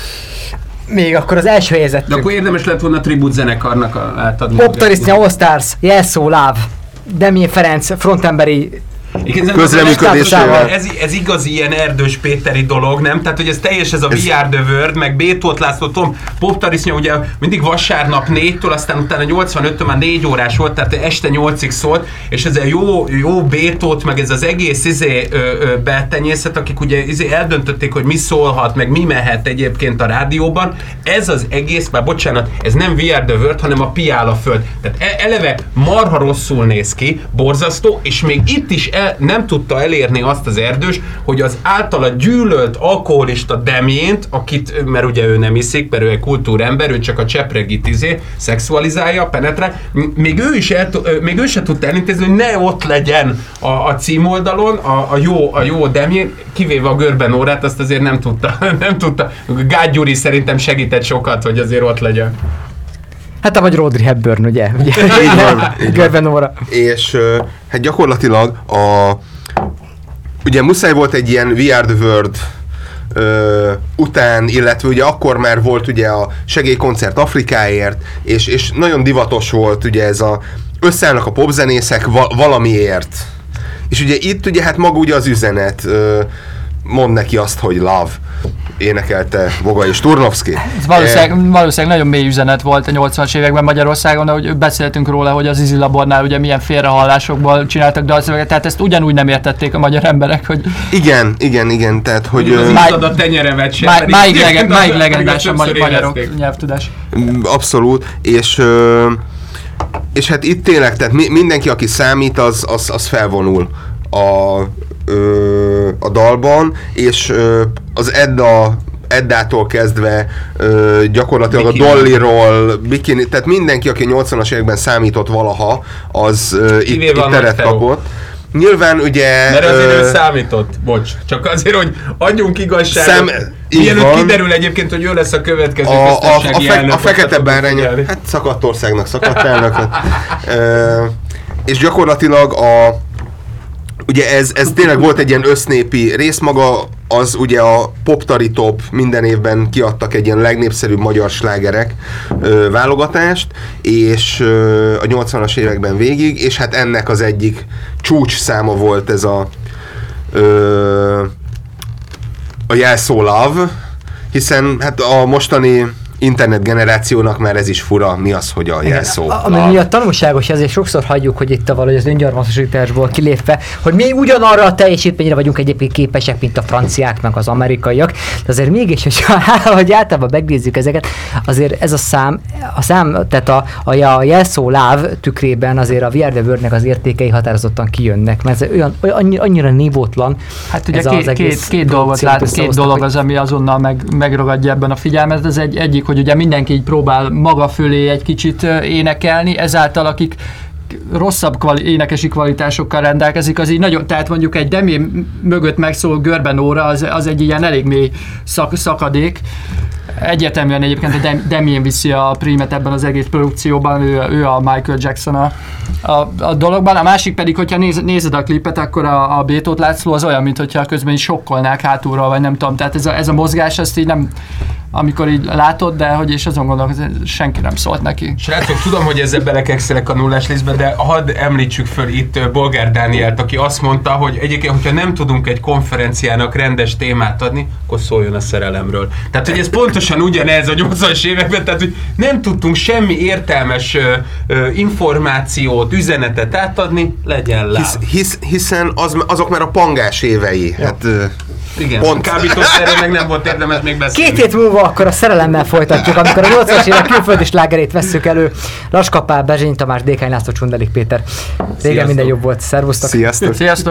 Még akkor az első helyzet. De akkor érdemes lett volna a tribut zenekarnak átadni. Poptarisznya, All Stars, Jelszó, Love, Demjén Ferenc, frontemberi közreműködésével. Ez, ez igazi ilyen Erdős Péteri dolog, nem? Tehát, hogy ez teljes ez a ez... We Are The World, meg Bétót László, Tom, Poptarisznya ugye mindig vasárnap négytől, aztán utána nyolcvanöttől már négy órás volt, tehát este nyolcig szólt, és ez a jó, jó Bétót, meg ez az egész izé, ö, ö, betenyészet, akik ugye izé eldöntötték, hogy mi szólhat, meg mi mehet egyébként a rádióban, ez az egész, már bocsánat, ez nem We Are The World, hanem a Piál a Föld. Tehát eleve marha rosszul néz ki, borzasztó, és még itt is el, nem tudta elérni azt az Erdős, hogy az általa gyűlölt alkoholista Demjént, akit, mert ugye ő nem iszik, mert ő egy kultúrember, ő csak a csepregi izé, szexualizálja, penetre, még ő is el, még ő se tudta elintézni, hogy ne ott legyen a, a címoldalon a, a jó, a jó Demjén, kivéve a Görben órát, azt azért nem tudta, nem tudta. Gágy Gyuri szerintem segített sokat, hogy azért ott legyen. Hát a vagy Audrey Hepburn, ugye? ugye? Így van, így van. Görben Nóra. És uh, hát gyakorlatilag a... Ugye muszáj volt egy ilyen We Are The World uh, után, illetve ugye akkor már volt ugye a segélykoncert Afrikáért, és, és nagyon divatos volt ugye ez a összeállnak a popzenészek val- valamiért. És ugye itt ugye hát maga ugye az üzenet, uh, mond neki azt, hogy love, énekelte Voga és Turnovszky. Ez valószínűleg, valószínűleg nagyon mély üzenet volt a nyolcvanas években Magyarországon, de hogy beszéltünk róla, hogy az Easy Labornál ugye milyen félrehallásokból csináltak dalszövegeket, tehát ezt ugyanúgy nem értették a magyar emberek, hogy... Igen, igen, igen, tehát hogy... Az ö, iszad a tenyeremet sem. Máig, máig, pedig- lege, máig legendás a többször magy- magyarok érezték. nyelvtudás. abszolút, és... Ö, és hát itt tényleg, tehát mi, mindenki, aki számít, az, az, az felvonul a, ö, a dalban, és ö, az Edda, Eddától kezdve ö, gyakorlatilag Bikini. a Dollyról, Bikini, tehát mindenki, aki nyolcvanas években számított valaha, az ö, itt, Kivéve itt a teret Nagy Feró. kapott. Nyilván ugye... Mert azért ö, ő számított, bocs, csak azért, hogy adjunk igazságot. Szem- így Mielőtt van. kiderül egyébként, hogy ő lesz a következő a, a, a, köztársasági fe, elnök, a fekete akkor bárány, figyelni. hát szakadt országnak szakadt elnököt. Ö, és gyakorlatilag a, ugye ez, ez tényleg volt egy ilyen össznépi rész, maga az ugye a Poptari Top, minden évben kiadtak egy ilyen legnépszerűbb magyar slágerek ö, válogatást, és ö, a nyolcvanas években végig, és hát ennek az egyik csúcs száma volt ez a ö, a jelszó Love, hiszen hát a mostani internet generációnak már ez is fura, mi az, hogy a jelszó A- Ami Love. miatt tanulságos, ezért sokszor hagyjuk, hogy itt a valahogy az öngyarmatosításból kilépve, hogy mi ugyanarra a teljesítményre vagyunk egyébként képesek, mint a franciák, meg az amerikaiak, de azért mégis, hogy általában megnézzük ezeket, azért ez a szám, a szám, tehát a, a, a jelszó láv tükrében azért a We Are The World-nek az értékei határozottan kijönnek, mert ez olyan, olyan annyira, annyira nívótlan. Hát ugye ez két, az két, egész két dolgot produkciót lát, két összehoztak, dolog hogy- az, ami azonnal meg, megragadja ebben a figyelmet. Ez egy, egyik, hogy ugye mindenki így próbál maga fölé egy kicsit ö, énekelni, ezáltal akik rosszabb kvali- énekesi kvalitásokkal rendelkezik, az így nagyon, tehát mondjuk egy Demi mögött megszóló Görben Nóra, az, az egy ilyen elég mély szak, szakadék. Egyértelműen egyébként a Dem- Damien viszi a prímet ebben az egész produkcióban, ő, ő a Michael Jackson a, a, a dologban. A másik pedig, hogyha néz, nézed a klipet, akkor a, a Bétót László az olyan, mintha közben is sokkolnák hátulról, vagy nem tudom. Tehát ez a, ez a mozgás, ezt így nem, amikor így látod, de hogy és azon gondolkozom, senki nem szólt neki. Srácok, tudom, hogy ezzel belekekszelek a nullás lézbe, de hadd említsük föl itt ö, Bolgár Dánielt, aki azt mondta, hogy egyébként, hogyha nem tudunk egy konferenciának rendes témát adni, akkor szóljon a szerelemről. Tehát, hogy ez pontosan ugyanez a nyolcvanas években, tehát, hogy nem tudtunk semmi értelmes ö, ö, információt, üzenetet átadni, legyen láb. Hisz, hisz, hiszen az, azok már a pangás évei. Hát, ö, Igen, pont. kábítószerről meg nem volt érdemes még beszélni. Két hét múlva akkor a szerelemmel folytatjuk, amikor a nyolcvanas évek külföldi slágerét vesszük elő. Laskapál, Bezsény Tamás, Dékány László, Csundelik Péter. Régen Sziasztok. minden jobb volt. Szervusztok! Sziasztok! Sziasztok!